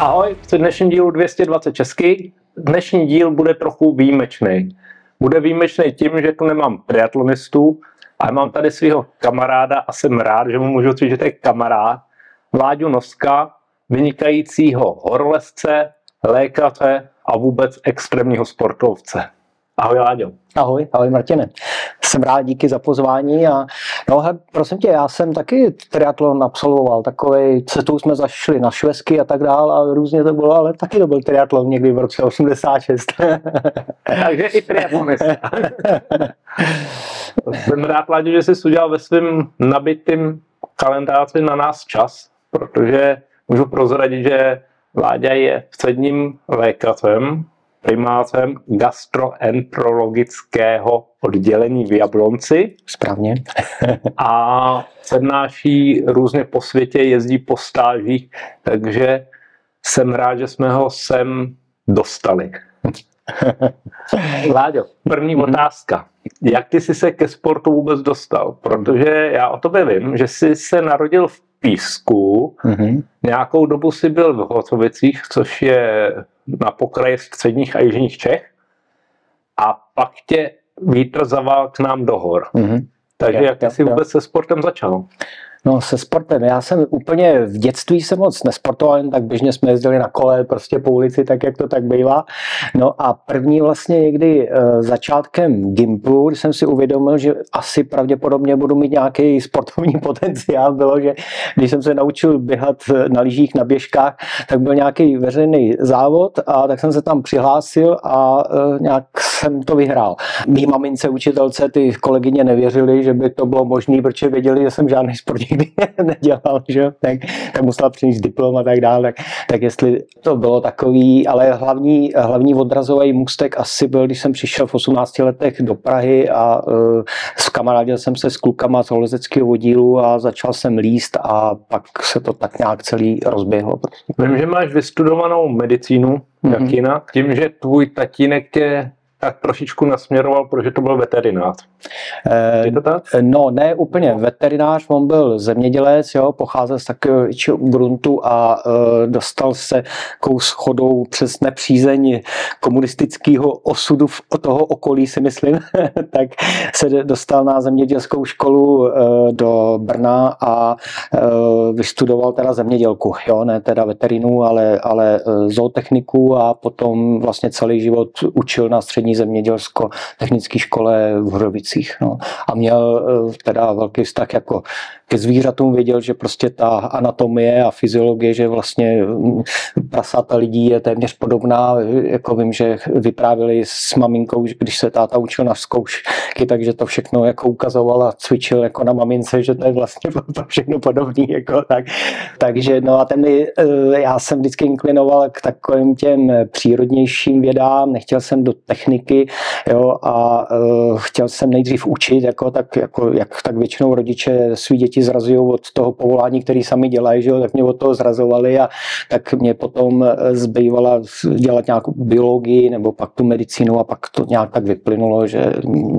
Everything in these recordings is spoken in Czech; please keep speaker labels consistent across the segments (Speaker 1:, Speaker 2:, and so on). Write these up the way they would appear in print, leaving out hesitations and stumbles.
Speaker 1: Ahoj, v dnešním dílu 220 česky. Dnešní díl bude trochu výjimečný. Bude výjimečný tím, že tu nemám triatlonistu, ale mám tady svého kamaráda a jsem rád, že mu můžu říct, že to je kamarád Láďu Noska, vynikajícího horolezce, lékaře a vůbec extrémního sportovce. Ahoj Láďo.
Speaker 2: Ahoj Martine. Jsem rád, díky za pozvání a prosím tě, já jsem taky triatlon absolvoval, takovej cestou jsme zašli na Švesky a tak dál a různě to bylo, ale taky to byl triatlon někdy v roce 86.
Speaker 1: Takže i triatlonista. Jsem rád, Láďo, že jsi udělal ve svém nabitým kalendáři na nás čas, protože můžu prozradit, že Láďa je středním lékařem, primářem gastroenterologického oddělení v Jablonci.
Speaker 2: Správně.
Speaker 1: A přednáší různě po světě, jezdí po stážích, takže jsem rád, že jsme ho sem dostali. Láďo, první otázka. Jak ty jsi se ke sportu vůbec dostal? Protože já o tobě vím, že jsi se narodil v Písku, nějakou dobu jsi byl v Hocovicích, což je na pokraji středních a jižních Čech, a pak tě vítr zavál k nám do hor. Takže jak jsi vůbec se sportem začal?
Speaker 2: No, se sportem. Já jsem úplně v dětství se moc nesportoval, jen tak běžně jsme jezdili na kole prostě po ulici, tak jak to tak bývá. No a první vlastně někdy začátkem gymplu, když jsem si uvědomil, že asi pravděpodobně budu mít nějaký sportovní potenciál, bylo, že když jsem se naučil běhat na lyžích, na běžkách, tak byl nějaký veřejný závod a tak jsem se tam přihlásil a nějak jsem to vyhrál. Mý mamince, učitelce, ty kolegyně nevěřili, že by to bylo možné, protože věděli, že jsem žádný sport nikdy nedělal, že? Tak musela přinést diplom a tak dále. Tak jestli to bylo takový, ale hlavní odrazový můstek asi byl, když jsem přišel v 18 letech do Prahy a skamarádil jsem se s klukama z horolezeckého oddílu a začal jsem líst a pak se to tak nějak celý rozběhlo. Prostě.
Speaker 1: Vím, že máš vystudovanou medicínu, jak jinak, tím, že tvůj tatínek tě tak trošičku nasměroval, protože to byl veterinář. Je to tak?
Speaker 2: No, ne úplně veterinář, on byl zemědělec, jo, pocházel z takového gruntu a dostal se shodou přes nepřízeň komunistického osudu toho okolí, si myslím, tak se dostal na zemědělskou školu do Brna a vystudoval teda zemědělku, jo, ne teda veterinu, ale zootechniku a potom vlastně celý život učil na střední zemědělsko-technické škole v Hořovicích. No. A měl teda velký vztah jako ke zvířatům, věděl, že prostě ta anatomie a fyziologie, že vlastně prasata lidí je téměř podobná. Jako vím, že vyprávěli s maminkou, když se táta učil na zkoušky, takže to všechno jako ukazoval a cvičil jako na mamince, že to je vlastně všechno podobný. Jako, tak. Takže no a já jsem vždycky inklinoval k takovým těm přírodnějším vědám, nechtěl jsem do techniky, jo, a chtěl jsem nejdřív učit, jak tak většinou rodiče svý děti zrazují od toho povolání, který sami dělají, že jo, tak mě od toho zrazovali a tak mě potom zbývala dělat nějakou biologii nebo pak tu medicínu a pak to nějak tak vyplynulo, že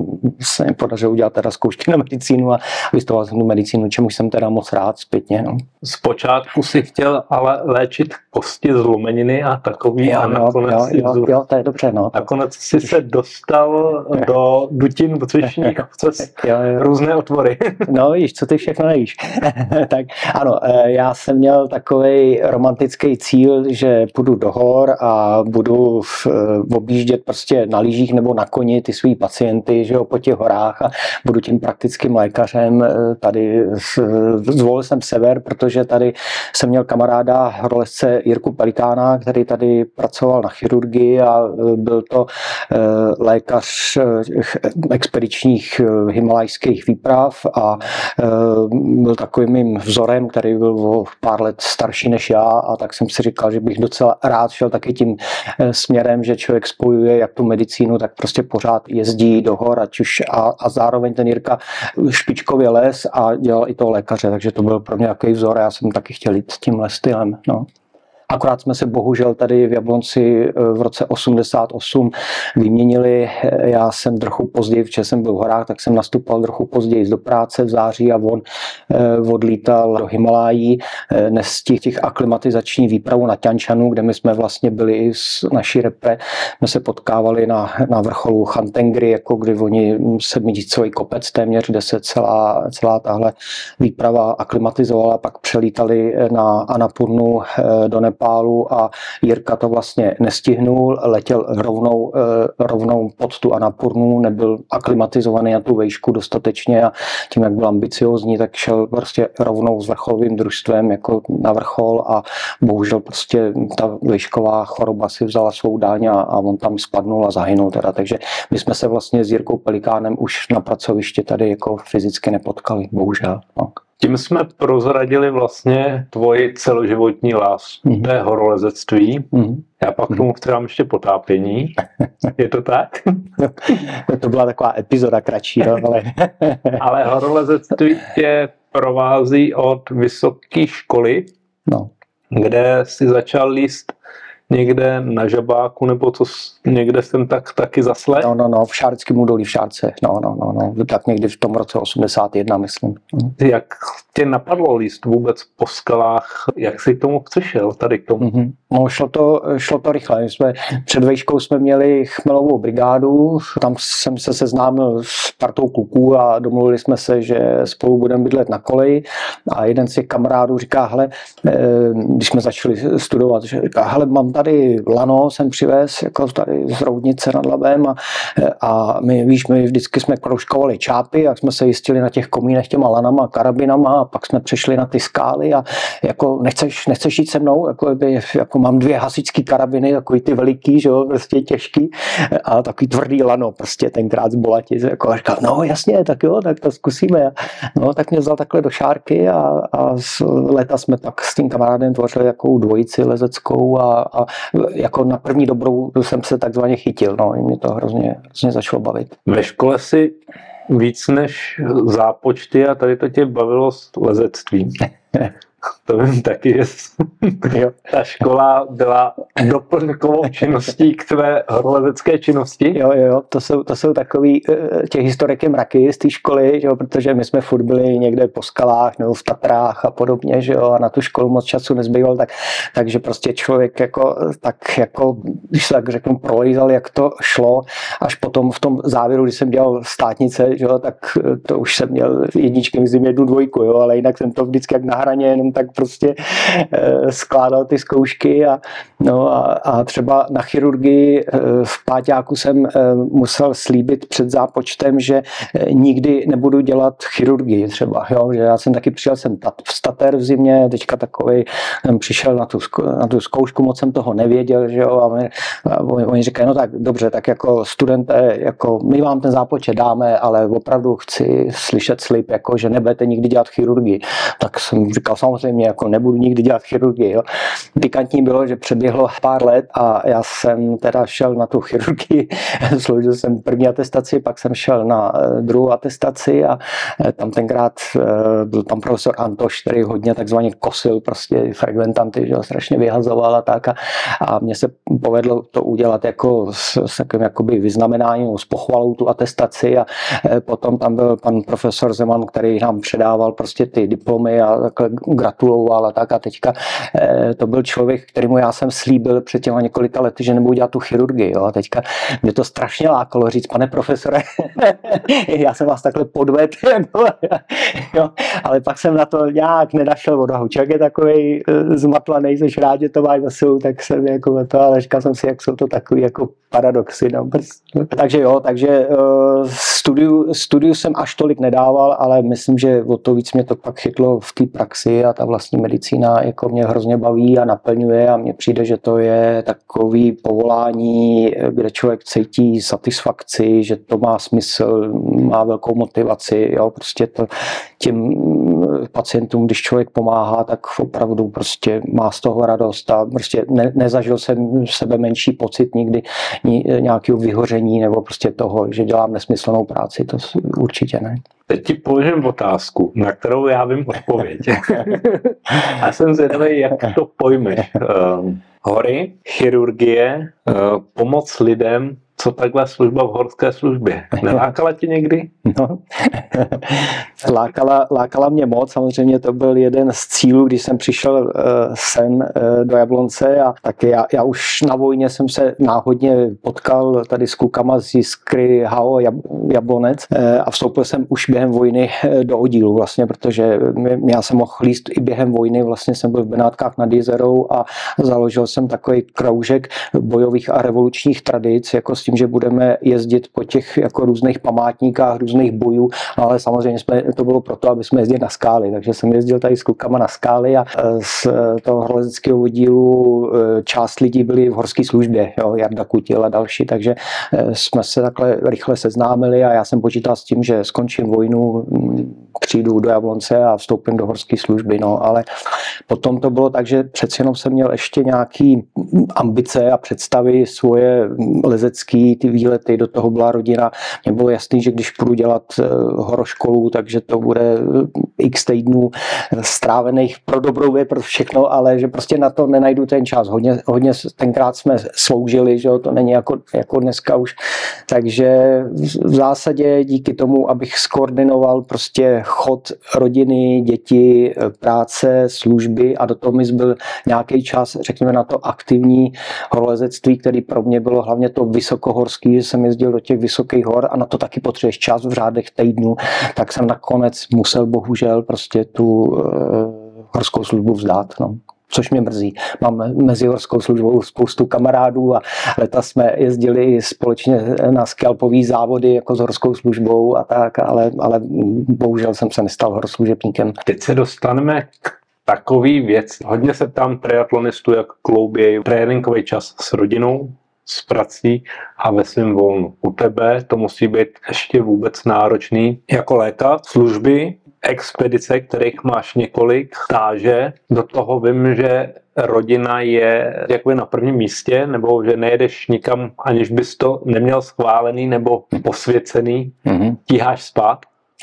Speaker 2: se mi podařilo udělat teda zkoušky na medicínu a vystudoval jsem tu medicínu, čemu jsem teda moc rád zpětně. No.
Speaker 1: Zpočátku si chtěl ale léčit kosti, zlomeniny a takový
Speaker 2: jo,
Speaker 1: a nakonec
Speaker 2: jo, to je dobře. No.
Speaker 1: Nakonec si se dostal do dutin břišních přes různé otvory.
Speaker 2: No víš, co ty všechno nevíš. Tak ano, já jsem měl takovej romantický cíl, že půjdu do hor a budu objíždět prostě na lyžích nebo na koni ty svý pacienty, že jo, po těch horách a budu tím praktickým lékařem. Tady zvolil jsem sever, protože tady jsem měl kamaráda horolezce Jirku Pelikána, který tady pracoval na chirurgii a byl to lékař expedičních himalajských výprav a byl takovým mým vzorem, který byl o pár let starší než já, a tak jsem si říkal, že bych docela rád šel taky tím směrem, že člověk spojuje jak tu medicínu, tak prostě pořád jezdí do hor a zároveň ten Jirka špičkově les a dělal i toho lékaře, takže to byl pro mě takový vzor a já jsem taky chtěl jít tímhle stylem. No. Akorát jsme se bohužel tady v Jablonci v roce 88 vyměnili. Já jsem trochu později, protože jsem byl v horách, tak jsem nastupoval trochu později do práce v září a on odlítal do Himalájí. Nestihl těch aklimatizační výpravu na Ťančanu, kde my jsme vlastně byli i s naší repre. My se potkávali na vrcholu Chantengri, jako kdy oni 7000 kopec téměř, kde se celá tahle výprava aklimatizovala, pak přelítali na Annapurnu do Nepálu a Jirka to vlastně nestihnul, letěl rovnou pod tu Annapurnu, nebyl aklimatizovaný na tu vejšku dostatečně a tím, jak byl ambiciózní, tak šel prostě rovnou s vrcholovým družstvem jako na vrchol a bohužel prostě ta vejšková choroba si vzala svou dáň a on tam spadnul a zahynul teda, takže my jsme se vlastně s Jirkou Pelikánem už na pracovišti tady jako fyzicky nepotkali, bohužel. No.
Speaker 1: Tím jsme prozradili vlastně tvoji celoživotní lásku, to je horolezectví. Já pak k tomu chci dát ještě potápění. Je to tak?
Speaker 2: To byla taková epizoda kratší, no, ale...
Speaker 1: Ale horolezectví tě provází od vysoké školy,
Speaker 2: no.
Speaker 1: Kde jsi začal líst někde na Žabáku, nebo to někde jsem taky zaslech?
Speaker 2: No, v Šáreckém údolí v Šárce, no, tak někdy v tom roce 81, myslím.
Speaker 1: Jak tě napadlo líst vůbec po skalách, jak jsi k tomu přišel, tady k tomu?
Speaker 2: No, šlo to rychle. Před vejškou jsme měli chmelovou brigádu, tam jsem se seznámil s partou kluků a domluvili jsme se, že spolu budeme bydlet na koleji a jeden z těch kamarádů říká, hele, když jsme začali studovat, že říká, hele, mám tady lano, jsem přivez, jako tady z Roudnice nad Labem a my vždycky jsme kroužkovali čápy, jak jsme se jistili na těch komínech těma lanama, karabinama a pak jsme přešli na ty skály a jako nechceš jít se mnou, jako mám 2 hasičské karabiny, takový ty veliký, že jo, prostě těžký a takový tvrdý lano, prostě tenkrát z Bolatic, jako a říkal, no jasně, tak jo, tak to zkusíme. No, tak mě vzal takhle do Šárky a z léta jsme tak s tím kamarádem tvořili jakou dvojici lezeckou a jako na první dobrou jsem se takzvaně chytil, no, mě to hrozně začalo bavit.
Speaker 1: Ve škole si víc než zápočty a tady to tě bavilo s lezectvím. To vím taky, že ta škola byla doplňkovou činností k tvé horolezecké činnosti.
Speaker 2: Jo, to jsou takový těch historiky mraky z té školy, že jo, protože my jsme furt byli někde po skalách nebo v Tatrách a podobně, že jo, a na tu školu moc času nezbýval, takže prostě člověk jako, když se tak řeknu, prolízal, jak to šlo, až potom v tom závěru, když jsem dělal státnice, že jo, tak to už jsem měl jedničky, myslím 1, 2, jo, ale jinak jsem to vždycky jak na hraně, jenom tak prostě skládal ty zkoušky a třeba na chirurgii v páťáku jsem musel slíbit před zápočtem, že nikdy nebudu dělat chirurgii třeba, jo, že já jsem taky přijel jsem v Tater v zimě, teďka takovej přišel na tu zkoušku, moc jsem toho nevěděl, že jo, a oni říkají, no tak dobře, tak jako studenté, jako my vám ten zápočet dáme, ale opravdu chci slyšet slib, jako že nebudete nikdy dělat chirurgii. Tak jsem říkal, samozřejmě jako nebudu nikdy dělat chirurgii. Jo. Pikantní bylo, že přeběhlo pár let a já jsem teda šel na tu chirurgii, složil jsem první atestaci, pak jsem šel na druhou atestaci a tam tenkrát byl pan profesor Antoš, který hodně takzvaně kosil prostě frekventanty, že strašně vyhazoval a tak a mně se povedlo to udělat jako s takovým jakoby vyznamenáním, s pochvalou tu atestaci a potom tam byl pan profesor Zeman, který nám předával prostě ty diplomy a takhle gratuloval a tak a teďka to byl člověk, kterému já jsem slíbil před těma několika lety, že nebudu dělat tu chirurgii, jo, a teďka mě to strašně lákalo říct, pane profesore, já jsem vás takhle podvedl, jo, ale pak jsem na to nějak nenašel odvahu. Člověk je takovej zmatlanej, jsi rád, že to máš za sebou, tak jsem jako to, ale říkal jsem si, jak jsou to takový jako paradoxy. No. Takže studiu jsem až tolik nedával, ale myslím, že o to víc mě to pak chytlo v té praxi a ta vlastní medicína jako mě hrozně baví a naplňuje a mně přijde, že to je takový povolání, kde člověk cítí satisfakci, že to má smysl, má velkou motivaci, jo, prostě to těm pacientům, když člověk pomáhá, tak opravdu prostě má z toho radost a prostě nezažil jsem sebe menší pocit nikdy nějakého vyhoření nebo prostě toho, že dělám nesmyslnou práci, to určitě ne.
Speaker 1: Teď ti položím otázku, na kterou já vím odpověď. Já jsem zvědavý, jak to pojmeš. Hory, chirurgie, pomoc lidem, co takhle služba v horské službě. Nelákala tě někdy?
Speaker 2: No. Lákala mě moc, samozřejmě to byl jeden z cílů, když jsem přišel sem do Jablonce a taky já už na vojně jsem se náhodně potkal tady s klukama z Jiskry HO Jablonec a vstoupil jsem už během vojny do oddílu vlastně, protože já jsem mohl líst i během vojny, vlastně jsem byl v Benátkách nad Jizerou a založil jsem takový kroužek bojových a revolučních tradic, jako s tím, že budeme jezdit po těch jako různých památníkách, různých bojů, ale samozřejmě to bylo proto, aby jsme jezdili na skály, takže jsem jezdil tady s klukama na skály a z toho horolezeckého oddílu část lidí byli v horské službě, jo, Jarda Kutil a další, takže jsme se takhle rychle seznámili a já jsem počítal s tím, že skončím vojnu, přijdu do Jablonce a vstoupím do horské služby, no, ale potom to bylo tak, že přeci jenom jsem měl ještě nějaký ambice a představy svoje lezecký, ty výlety, do toho byla rodina. Mně bylo jasný, že když půjdu dělat horoškolu, takže to bude x týdnů strávených pro dobrou věc, pro všechno, ale že prostě na to nenajdu ten čas. Hodně tenkrát jsme sloužili, že jo, to není jako dneska už. Takže v zásadě díky tomu, abych skoordinoval prostě chod rodiny, děti, práce, služby a do toho mi zbyl nějaký čas, řekněme, na to aktivní horolezectví, který pro mě bylo hlavně to vysokohorský, že jsem jezdil do těch vysokých hor a na to taky potřebuješ čas v řádech týdnů, tak jsem nakonec musel bohužel prostě tu horskou službu vzdát. No. Což mě mrzí. Mám mezi horskou službou spoustu kamarádů a leta jsme jezdili společně na skialpový závody jako s horskou službou a tak, ale bohužel jsem se nestal horoslužebníkem.
Speaker 1: Teď se dostaneme k takový věc. Hodně se tam triatlonistů jak kloubějí tréninkový čas s rodinou, s prací a ve svém volnu. U tebe to musí být ještě vůbec náročný. Jako léta, služby, expedice, kterých máš několik, stáže. Do toho vím, že rodina je jakoby na prvním místě, nebo že nejedeš nikam, aniž bys to neměl schválený nebo posvěcený. Tíháš spát?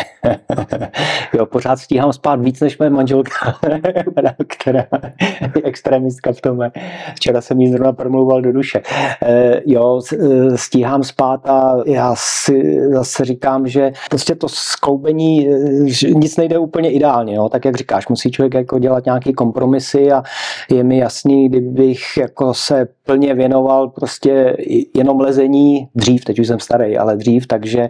Speaker 2: Jo, pořád stíhám spát víc než moje manželka, která je extremistka v tom. Včera jsem jí zrovna promlouval do duše. Jo, stíhám spát a já si zase říkám, že prostě to skloubení nic nejde úplně ideálně. Jo? Tak jak říkáš, musí člověk jako dělat nějaké kompromisy a je mi jasný, kdybych jako se plně věnoval prostě jenom lezení dřív, teď už jsem starý, ale dřív, takže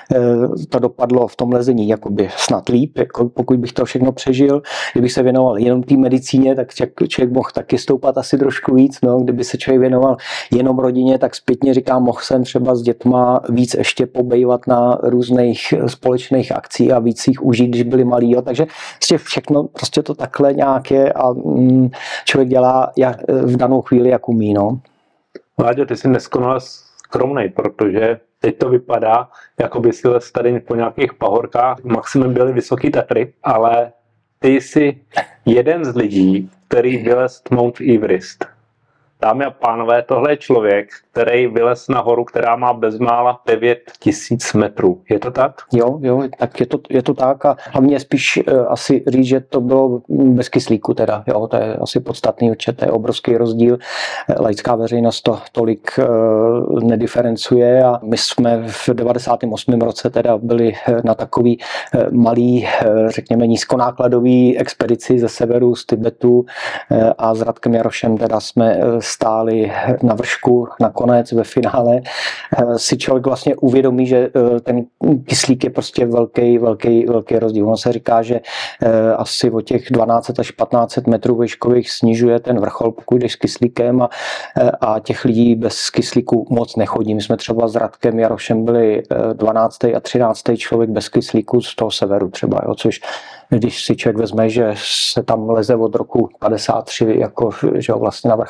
Speaker 2: to dopadlo v tom lezení jakoby snad líp, jako pokud bych to všechno přežil. Kdybych se věnoval jenom té medicíně, tak člověk mohl taky stoupat asi trošku víc. No. Kdyby se člověk věnoval jenom rodině, tak zpětně říkám, mohl jsem třeba s dětma víc ještě pobejvat na různých společných akcích a víc jich užít, když byli malí. Jo. Takže všechno prostě to takhle nějak je a člověk dělá v danou chvíli, jak umí. No.
Speaker 1: Láďo, ty jsi neskonale skromnej, protože teď to vypadá, jako by si les tady po nějakých pahorkách, maximum byly Vysoký Tatry, ale ty jsi jeden z lidí, který vylez Mount Everest. Dámy a pánové, tohle je člověk, který vylez na horu, která má bezmála 9000 metrů. Je to tak?
Speaker 2: Jo, tak je to tak a hlavně spíš asi říct, že to bylo bez kyslíku teda. Jo, to je asi podstatný určitě, to je obrovský rozdíl. Laická veřejnost to tolik nediferencuje a my jsme v 98. roce teda byli na takový malý, řekněme nízkonákladový expedici ze severu, z Tibetu a s Radkem Jarošem teda jsme stáli na vršku nakonec ve finále, si člověk vlastně uvědomí, že ten kyslík je prostě velký rozdíl. Ono se říká, že asi o těch 12 až 1500 metrů výškových snižuje ten vrchol, pokud jdeš s kyslíkem a těch lidí bez kyslíku moc nechodí. My jsme třeba s Radkem Jarošem byli 12. a 13. člověk bez kyslíku z toho severu třeba, jo, což když si člověk vezme, že se tam leze od roku 53 jako, že vlastně na vrchol,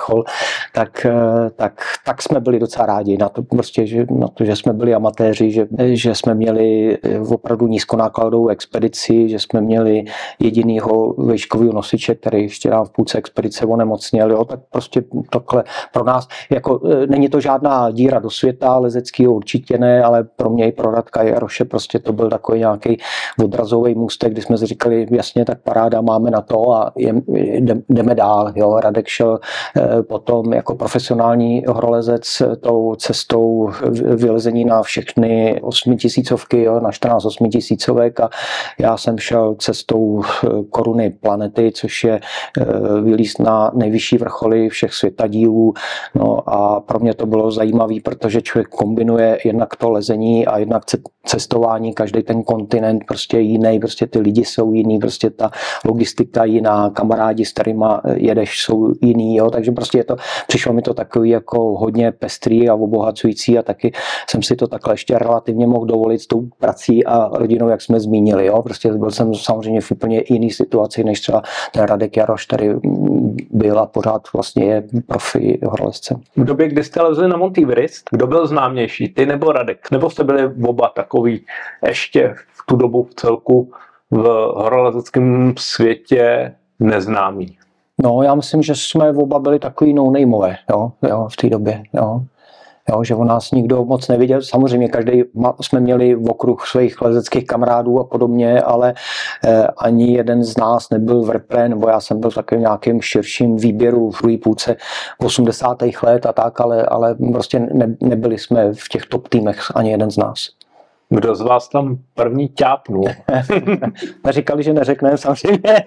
Speaker 2: tak jsme byli docela rádi na to, prostě, že jsme byli amatéři, že jsme měli opravdu nízkonákladovou expedici, že jsme měli jedinýho vejškového nosiče, který ještě nám v půlce expedice onemocněl, jo, tak prostě takhle pro nás, jako není to žádná díra do světa lezeckého, určitě ne, ale pro mě i pro Radka Jaroše prostě to byl takový nějaký odrazový můstek, kdy jsme si říkali, jasně, tak paráda, máme na to a jdeme dál. Jo. Radek šel potom jako profesionální horolezec tou cestou vylezení na všechny 8000, jo, na 14 8000 a já jsem šel cestou koruny planety, což je výlíz na nejvyšší vrcholy všech světadílů. No a pro mě to bylo zajímavé, protože člověk kombinuje jednak to lezení a jednak cestování, každý ten kontinent prostě je jiný, prostě ty lidi jsou jiný, prostě ta logistika jiná, kamarádi, s kterýma jedeš, jsou jiný, jo, takže prostě přišlo mi to takový jako hodně pestrý a obohacující a taky jsem si to takhle ještě relativně mohl dovolit s tou prací a rodinou, jak jsme zmínili, jo, prostě byl jsem samozřejmě v úplně jiný situaci, než třeba ten Radek Jaroš, který byl a pořád vlastně je profi horolezcem.
Speaker 1: V době, kdy jste lezli na Mount Everest, kdo byl známější, ty nebo Radek? Nebo jste byli oba takový ještě v tu dobu v celku v horolezeckém světě neznámí?
Speaker 2: No, já myslím, že jsme oba byli takový no-nameové, jo, v té době, jo. Jo, že o nás nikdo moc neviděl. Samozřejmě každý jsme měli v okruh svých lezeckých kamarádů a podobně, ale ani jeden z nás nebyl v repre, nebo já jsem byl v takovém nějakém širším výběru v druhé půlce 80. let a tak, ale prostě nebyli jsme v těch top týmech ani jeden z nás.
Speaker 1: Kdo z vás tam první ťápnul?
Speaker 2: Říkali, že neřekneme samozřejmě,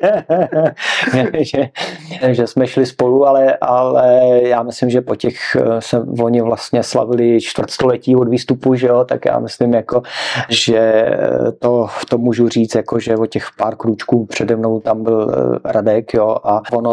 Speaker 2: že jsme šli spolu, ale já myslím, že po těch oni vlastně slavili čtvrtstoletí od výstupu, že jo, tak já myslím, jako, že to můžu říct, jako, že o těch pár krůčků přede mnou tam byl Radek, jo, a ono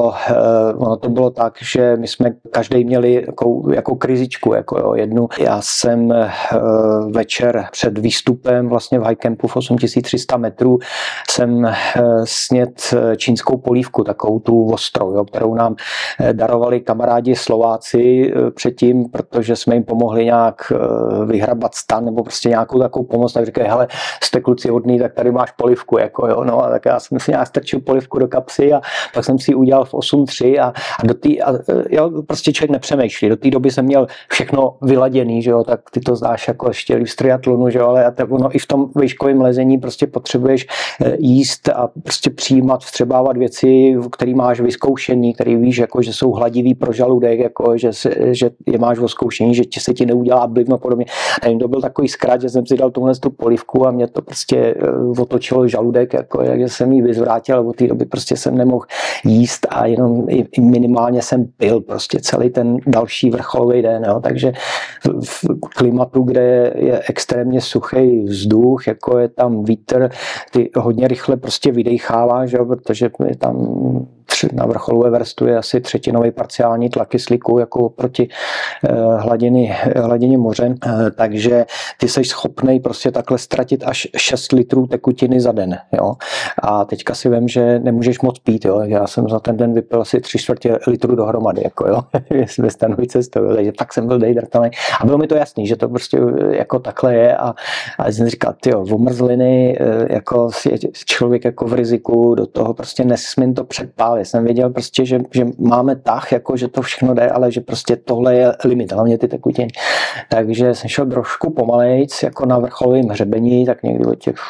Speaker 2: to bylo tak, že my jsme každý měli jako krizičku, jako jo, jednu. Já jsem večer před výstupem vlastně v high campu v 8300 metrů jsem snět čínskou polívku, takovou tu ostrou, jo, kterou nám darovali kamarádi Slováci předtím, protože jsme jim pomohli nějak vyhrabat stan nebo prostě nějakou takovou pomoc, tak říkají, hele, jste kluci hodný, tak tady máš polívku, jako jo, no, a tak já jsem si nějak strčil polívku do kapsy a pak jsem si ji udělal v 8.3 a jo, prostě člověk nepřemýšlí. Do té doby jsem měl všechno vyladěný, že jo, tak ty to znáš jako ještě v triatlonu, že jo, ale ono i v tom výškovém lezení prostě potřebuješ jíst a prostě přijímat, vstřebávat věci, které máš vyzkoušený, které víš, jako, že jsou hladivý pro žaludek, jako, že je máš odzkoušení, že se ti neudělá blivno podobně. A to byl takový zkrát, že jsem si dal tuhle tu polívku a mě to prostě otočilo žaludek, jako, takže jsem ji vyzvrátil a od té doby prostě jsem nemohl jíst a jenom minimálně jsem pil prostě celý ten další vrcholový den, jo. Takže v klimatu, kde je extrémně suchý vzduch, jako je tam vítr, ty hodně rychle prostě vydecháváš, protože je tam na vrcholu Everestu je asi třetinový parciální tlak kyslíku jako oproti hladině moře, takže ty jsi schopnej prostě takhle ztratit až 6 litrů tekutiny za den, jo. A teďka si vem, že nemůžeš moc pít, jo. Já jsem za ten den vypil asi 3/4 litru dohromady, jako jo, ve stanoví cestou, takže tak jsem byl dehydratovaný. A bylo mi to jasný, že to prostě jako takhle je a jsem říkal, tyjo, omrzliny, jako člověk jako v riziku, do toho prostě nesmím to předpálit. Jsem věděl prostě, že máme tah, jako že to všechno jde, ale že prostě tohle je limit, hlavně ty tekutiny. Takže jsem šel trošku pomalejc, jako na vrcholovém hřebení, tak někdy o těch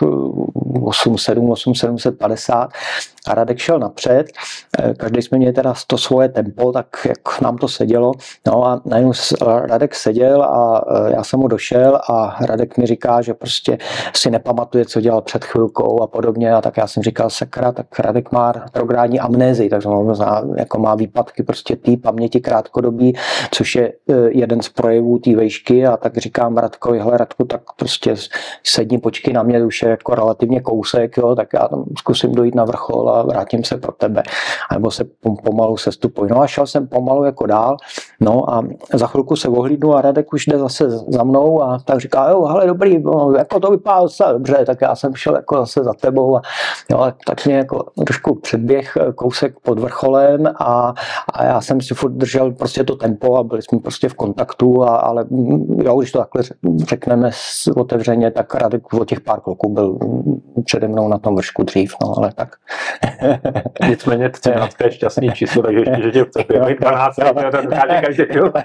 Speaker 2: 8,750 a Radek šel napřed. Každý jsme měli teda to svoje tempo, tak jak nám to sedělo. No a najednou Radek seděl a já jsem mu došel a Radek mi říká, že prostě si nepamatuje, co dělal před chvilkou a podobně. A tak já jsem říkal, sakra, tak Radek má retrográdní amnézii, takže jako má výpadky prostě té paměti krátkodobí, což je jeden z projevů té vejšky. A tak říkám Radkovi, hele Radku, tak prostě sedni, počkej na mě, už je jako relativně kousek, jo, tak já tam zkusím dojít na vrchol a vrátím se pro tebe. A nebo se pomalu sestupuj. No a šel jsem pomalu jako dál, no a za chvilku se ohlídnu a Radek už jde zase za mnou a tak říká, jo, hele, dobrý, no, jako to vypadá docela dobře, tak já jsem šel jako zase za tebou a jo, tak mě jako trošku předběh kousek pod vrcholem a já jsem si furt držel prostě to tempo a byli jsme prostě v kontaktu, ale jo, když to takhle řekneme otevřeně, tak Radek o těch pár kroků byl přede mnou na tom vršku dřív, no ale tak.
Speaker 1: Nicméně 13 je šťastný číslo, takže ještě, že tě chce 12, to dokáže každý.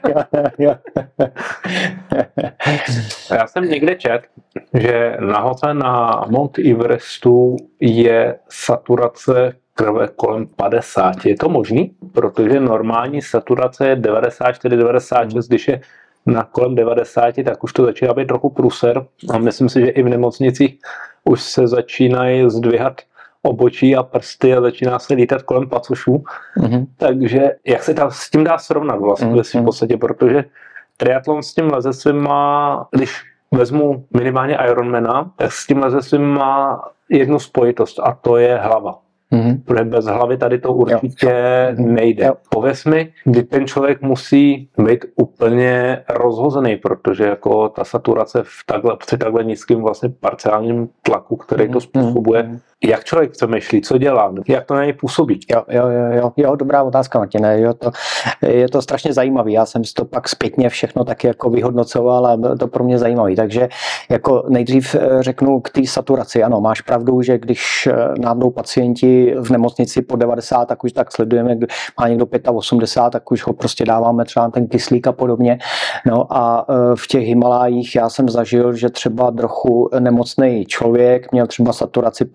Speaker 1: Já jsem někde četl, že nahoře na Mount Everestu je saturace krve kolem 50. Je to možný? Protože normální saturace je 94-96, když je na kolem 90, tak už to začíná být trochu průser. A myslím si, že i v nemocnicích už se začínají zdvihat obočí a prsty a začíná se lítat kolem pacošů. Takže jak se s tím dá srovnat vlastně v podstatě, protože triatlon s tím lezectvím má, když vezmu minimálně Ironmana, tak s tím lezectvím má jednu spojitost a to je hlava. Protože bez hlavy tady to určitě nejde. Pověz mi, kdy ten člověk musí být úplně rozhozený, protože jako ta saturace při takhle nízkým vlastně parciálním tlaku, který to způsobuje, jak člověk přemýšlí, co dělá, jak to na něj působí?
Speaker 2: Jo, dobrá otázka, Martine. Je to strašně zajímavý. Já jsem si to pak zpětně všechno taky jako vyhodnocoval a bylo to pro mě zajímavý. Takže jako nejdřív řeknu k té saturaci. Ano, máš pravdu, že když nám jdou pacienti v nemocnici po 90, tak už tak sledujeme, má někdo 85, tak už ho prostě dáváme třeba ten kyslík a podobně. No a v těch Himalájích já jsem zažil, že třeba trochu nemocný člověk měl třeba saturaci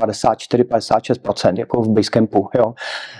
Speaker 2: 54-56%, jako v basecampu, jo.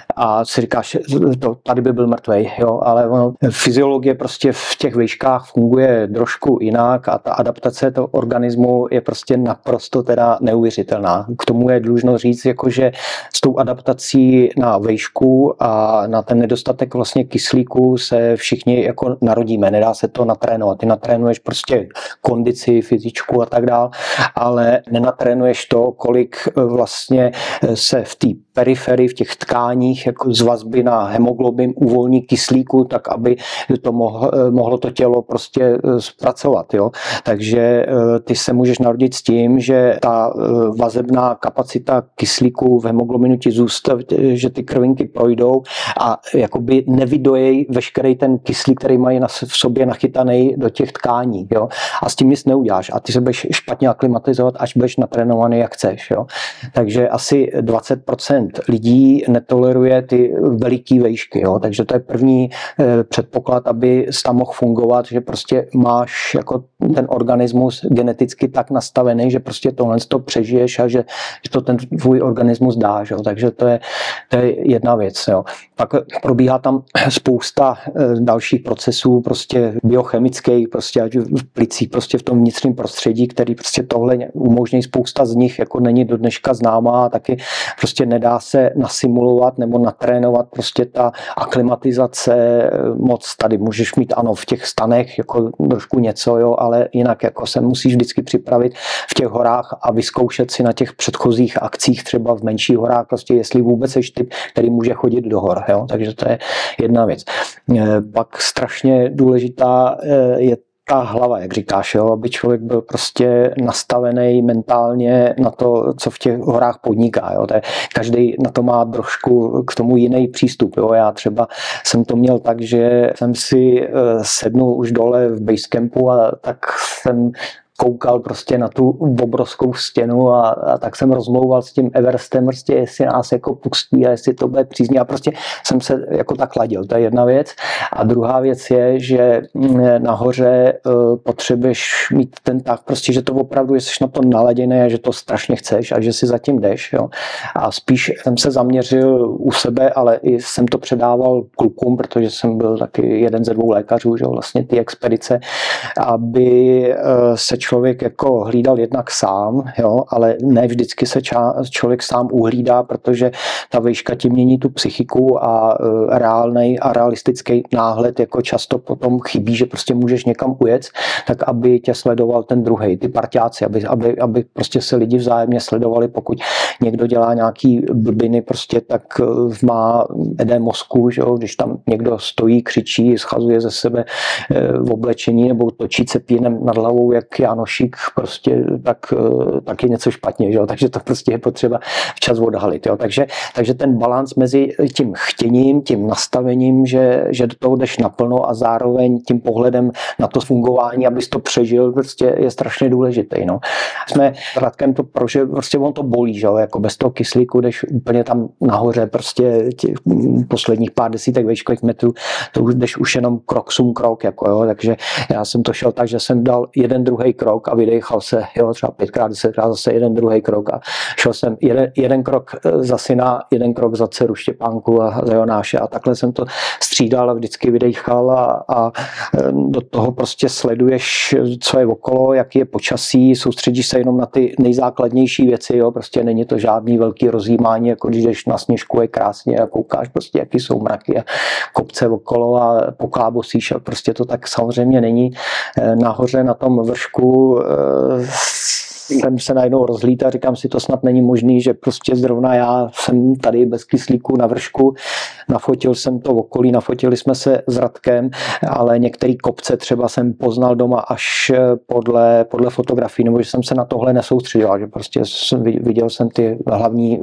Speaker 2: A si říkáš, tady by byl mrtvej, jo, ale ono, fyziologie prostě v těch výškách funguje trošku jinak a ta adaptace toho organismu je prostě naprosto teda neuvěřitelná. K tomu je dlužno říct, jakože s tou adaptací na výšku a na ten nedostatek vlastně kyslíku se všichni jako narodíme, nedá se to natrénovat. Ty natrénuješ prostě kondici, fyzičku a tak dál, ale nenatrénuješ to, kolik vlastně se v té periferii, v těch tkáních, jako z vazby na hemoglobin uvolní kyslíku, tak aby to mohlo to tělo prostě zpracovat. Jo? Takže ty se můžeš narodit s tím, že ta vazebná kapacita kyslíku v hemoglobinu ti zůstane, že ty krvinky projdou a jakoby nevydojej veškerý ten kyslík, který mají v sobě nachytaný do těch tkání. Jo? A s tím nic neuděláš a ty se budeš špatně aklimatizovat, až budeš natrénovaný, jak chceš. Jo? Takže asi 20% lidí netoleruje ty veliký vejšky. Jo? Takže to je první předpoklad, aby tam mohl fungovat, že prostě máš jako ten organismus geneticky tak nastavený, že prostě tohle to přežiješ a že to ten tvůj organismus dá. Jo? Takže to je jedna věc. Jo? Pak probíhá tam spousta dalších procesů, prostě biochemických, prostě ať v plicích, prostě v tom vnitřním prostředí, který prostě tohle umožní, spousta z nich jako není do dneška známá a taky prostě nedá se nasimulovat nebo natrénovat prostě ta aklimatizace moc tady. Můžeš mít ano v těch stanech jako trošku něco, jo, ale jinak jako se musíš vždycky připravit v těch horách a vyzkoušet si na těch předchozích akcích třeba v menších horách prostě jestli vůbec jsi typ, který může chodit do hor, jo. Takže to je jedna věc. Pak strašně důležitá je ta hlava, jak říkáš, jo, aby člověk byl prostě nastavený mentálně na to, co v těch horách podniká. Jo. Každý na to má trošku k tomu jiný přístup. Jo. Já třeba jsem to měl tak, že jsem si sednul už dole v basecampu a tak jsem koukal prostě na tu obrovskou stěnu a tak jsem rozmlouval s tím Everestem, prostě jestli nás jako pustí a jestli to bude přízně a prostě jsem se jako tak ladil, to je jedna věc. A druhá věc je, že nahoře potřebuješ mít ten tak prostě, že to opravdu jsi na to naladěný a že to strašně chceš a že si zatím jdeš. Jo. A spíš jsem se zaměřil u sebe, ale i jsem to předával klukům, protože jsem byl taky jeden ze 2 lékařů, že vlastně ty expedice, aby se člověk jako hlídal jednak sám, jo, ale ne vždycky se člověk sám uhlídá, protože ta výška ti mění tu psychiku a realistický náhled jako často potom chybí, že prostě můžeš někam ujet, tak aby tě sledoval ten druhej, ty parťáci, aby prostě se lidi vzájemně sledovali, pokud někdo dělá nějaký blbiny, prostě tak má edém mozku, že jo, když tam někdo stojí, křičí, schazuje ze sebe v oblečení nebo točí cepínem nad hlavou jak Jánošík, prostě tak je něco špatně, že jo? Takže to prostě je potřeba včas odhalit. Jo? Takže ten balans mezi tím chtěním, tím nastavením, že do toho jdeš naplno a zároveň tím pohledem na to fungování, abys to přežil, prostě je strašně důležitý. No. Jsme Radkem to prožil, prostě on to bolí, že jo? Jako bez toho kyslíku jdeš úplně tam nahoře, prostě těch posledních pár desítek výškových metrů, to už jdeš už jenom krok, jako jo? Takže já jsem to šel tak, že jsem dal jeden druhý krok a vydechal se, jo, třeba 5x, 10x zase jeden druhý krok a šel jsem jeden krok za syna, jeden krok za dceru Štěpánku a za Jonáše a takhle jsem to střídal a vždycky vydechal a do toho prostě sleduješ, co je okolo, jaký je počasí, soustředíš se jenom na ty nejzákladnější věci, jo, prostě není to žádný velký rozjímání, jako když jdeš na sněžku, je krásně a koukáš prostě, jaký jsou mraky a kopce okolo a poklábosíš a prostě to tak samozřejmě není. Nahoře na tom vršku jsem se najednou rozhlídl a říkám si, to snad není možný, že prostě zrovna já jsem tady bez kyslíku na vršku, nafotil jsem to okolí, nafotili jsme se s Radkem, ale některé kopce třeba jsem poznal doma až podle fotografií, nebo že jsem se na tohle nesoustředil, že prostě viděl jsem ty hlavní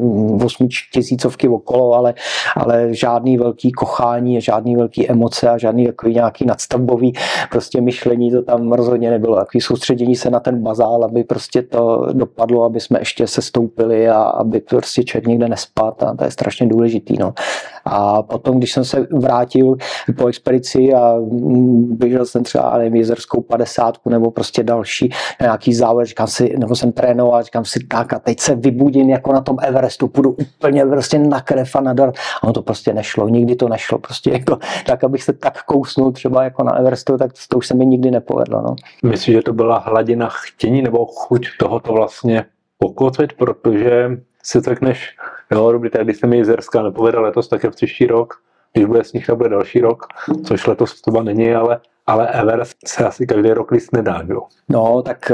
Speaker 2: 8000 okolo, ale žádný velký kochání, žádný velký emoce a žádný takový nějaký nadstavbový prostě myšlení to tam rozhodně nebylo. Takový soustředění se na ten bazál, aby prostě to dopadlo, aby jsme ještě sestoupili a aby prostě člověk nikde nespat a to je strašně důležitý. No. A potom, když jsem se vrátil po expedici a běžel jsem třeba jezerskou 50 nebo prostě další nějaký závod, říkám si, nebo jsem trénoval, říkám si tak a teď se vybudím jako na tom Everestu, půjdu úplně prostě na krev a na dar. A ono to prostě nešlo, nikdy to nešlo. Prostě jako, tak, abych se tak kousnul třeba jako na Everestu, tak to už se mi nikdy nepovedlo. No.
Speaker 1: Myslím, že to byla hladina chtění nebo chuť tohoto vlastně pokotvit, protože si řekneš, jo, dobrý, tak když se mi Jizerská nepovede letos, tak je příští rok, když bude sníh, tak bude další rok, což letos třeba není, ale Everest se asi každý rok líst nedá, jo.
Speaker 2: No, tak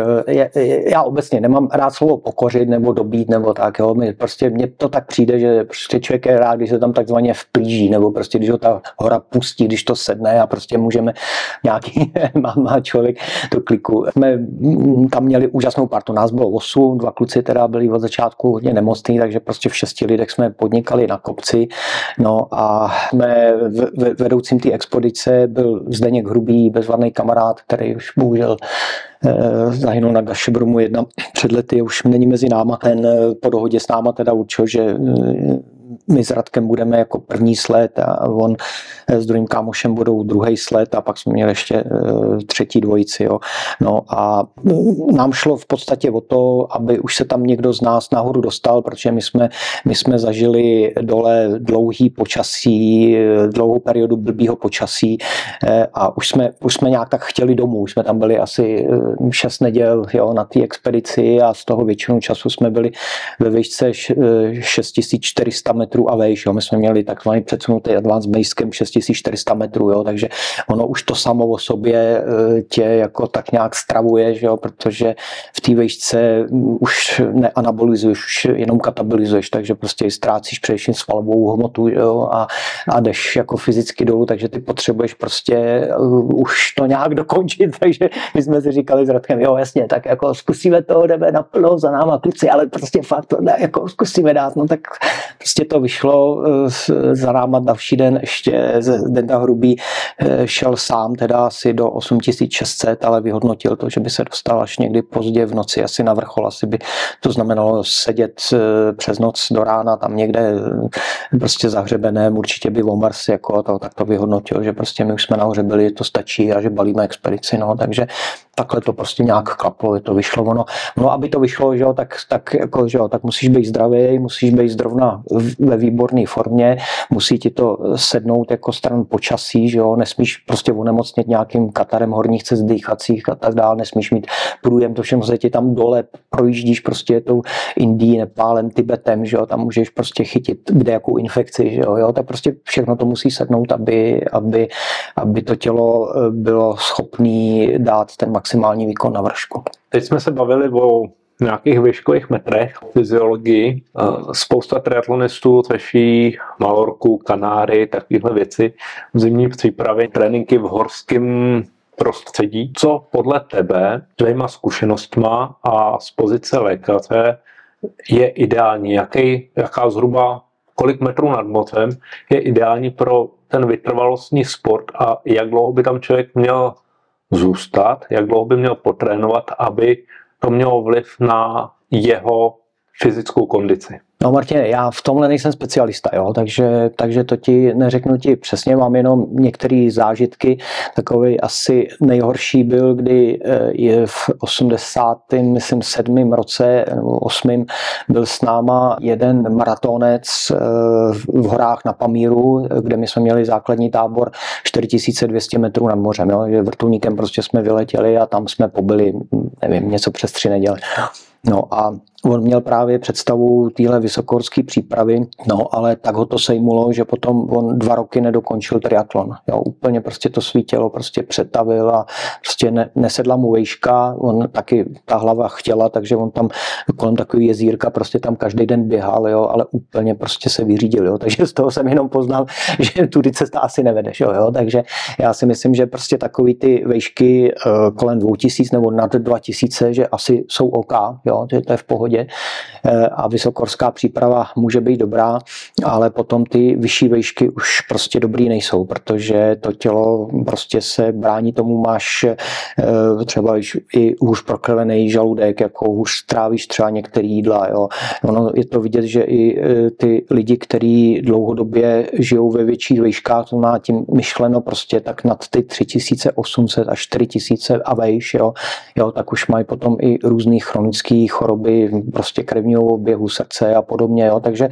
Speaker 2: já obecně nemám rád slovo pokořit nebo dobít nebo tak, jo. Mně to tak přijde, že prostě člověk je rád, když se tam takzvaně vplíží, nebo prostě když ho ta hora pustí, když to sedne a prostě můžeme nějaký, má člověk tu kliku. Jsme tam měli úžasnou partu, nás bylo 8, 2 kluci teda byli od začátku hodně nemocní, takže prostě v 6 lidech jsme podnikali na kopci, no a jsme vedoucím té expedice byl Zdeněk Hrubý, bezvadný kamarád, který už bohužel zahynul na Gašebrumu 1 před lety, už není mezi náma. Ten po dohodě s náma teda určil, že my s Radkem budeme jako první sled a on s druhým kámošem budou druhý sled a pak jsme měli ještě třetí dvojici. Jo. No a nám šlo v podstatě o to, aby už se tam někdo z nás nahoru dostal, protože my jsme zažili dole dlouhý počasí, dlouhou periodu blbýho počasí a už jsme nějak tak chtěli domů. Už jsme tam byli asi 6 neděl, jo, na té expedici a z toho většinu času jsme byli ve výšce 6400 metrů a vejš. Jo. My jsme měli takzvaný předsunutý advanced basecamp 6400 metrů, jo, takže ono už to samo o sobě tě jako tak nějak stravuje, že jo, protože v té výšce už neanabolizuješ, už jenom katabolizuješ, takže prostě ztrácíš především svalovou hmotu, jo, a jdeš jako fyzicky dolů, takže ty potřebuješ prostě už to nějak dokončit, takže my jsme si říkali s Radkem, jo jasně, tak jako zkusíme to, jdeme naplno za náma kluci, ale prostě fakt to jako zkusíme dát, no tak prostě to vyšlo za náma další den, ještě Zdenda Hrubý šel sám teda asi do 8600, ale vyhodnotil to, že by se dostal až někdy pozdě v noci, asi na vrchol, asi by to znamenalo sedět přes noc do rána tam někde prostě zahřebeném, určitě by omrs, jako to, tak to vyhodnotil, že prostě my už jsme nahoře byli, to stačí a že balíme expedici, no, takže takhle to prostě nějak klaplo, to vyšlo ono. No, aby to vyšlo, že jo, tak musíš být zdravý, musíš být zrovna ve výborné formě, musí ti to sednout jako stran počasí, že jo, nesmíš prostě onemocnit nějakým katarem horních cest dýchacích a tak dále, nesmíš mít průjem, to všechno se ti tam dole projíždíš prostě tou Indií, Nepálem, Tibetem, že jo, tam můžeš prostě chytit kde jakou infekci, že jo, tak prostě všechno to musí sednout, aby to tělo bylo schopné dát ten maximální výkon na vršku.
Speaker 1: Teď jsme se bavili o nějakých výškových metrech, fyziologii. Spousta triatlonistů řeší Malorku, Kanáry, takovéhle věci v zimní přípravě, tréninky v horském prostředí. Co podle tebe, tvýma zkušenostma a z pozice lékaře je ideální? Jaká zhruba, kolik metrů nad mořem je ideální pro ten vytrvalostní sport a jak dlouho by tam člověk měl zůstat, jak dlouho by měl potrénovat, aby to mělo vliv na jeho fyzickou kondici?
Speaker 2: No Martine, já v tomhle nejsem specialista, jo, takže to ti neřeknu ti přesně, mám jenom některé zážitky. Takový asi nejhorší byl, kdy je v 87. roce nebo 8. byl s náma jeden maratonec v horách na Pamíru, kde my jsme měli základní tábor 4200 metrů nad mořem, jo, že vrtulníkem prostě jsme vyletěli a tam jsme pobyli, nevím, něco přes 3 neděle. No a on měl právě představu téhle vysokohorské přípravy, no ale tak ho to sejmulo, že potom on 2 roky nedokončil triatlon. Jo, úplně prostě to svý tělo prostě přetavil a prostě nesedla mu vejška, on taky ta hlava chtěla, takže on tam kolem takový jezírka prostě tam každý den běhal, jo, ale úplně prostě se vyřídil, jo, takže z toho jsem jenom poznal, že tudy cesta asi nevedeš, jo, takže já si myslím, že prostě takový ty vejšky kolem 2000 nebo nad 2000, že asi jsou OK, jo, to je v pohodě. A vysokohorská příprava může být dobrá, ale potom ty vyšší vejšky už prostě dobrý nejsou, protože to tělo prostě se brání tomu, máš třeba i hůř prokrvený žaludek, jako hůř strávíš třeba některé jídla. Jo. Ono je to vidět, že i ty lidi, kteří dlouhodobě žijou ve větších vejškách, to má tím myšleno prostě tak nad ty 3800 až 4000 a vejš, jo, tak už mají potom i různý chronické choroby, prostě krevního oběhu srdce a podobně, jo, takže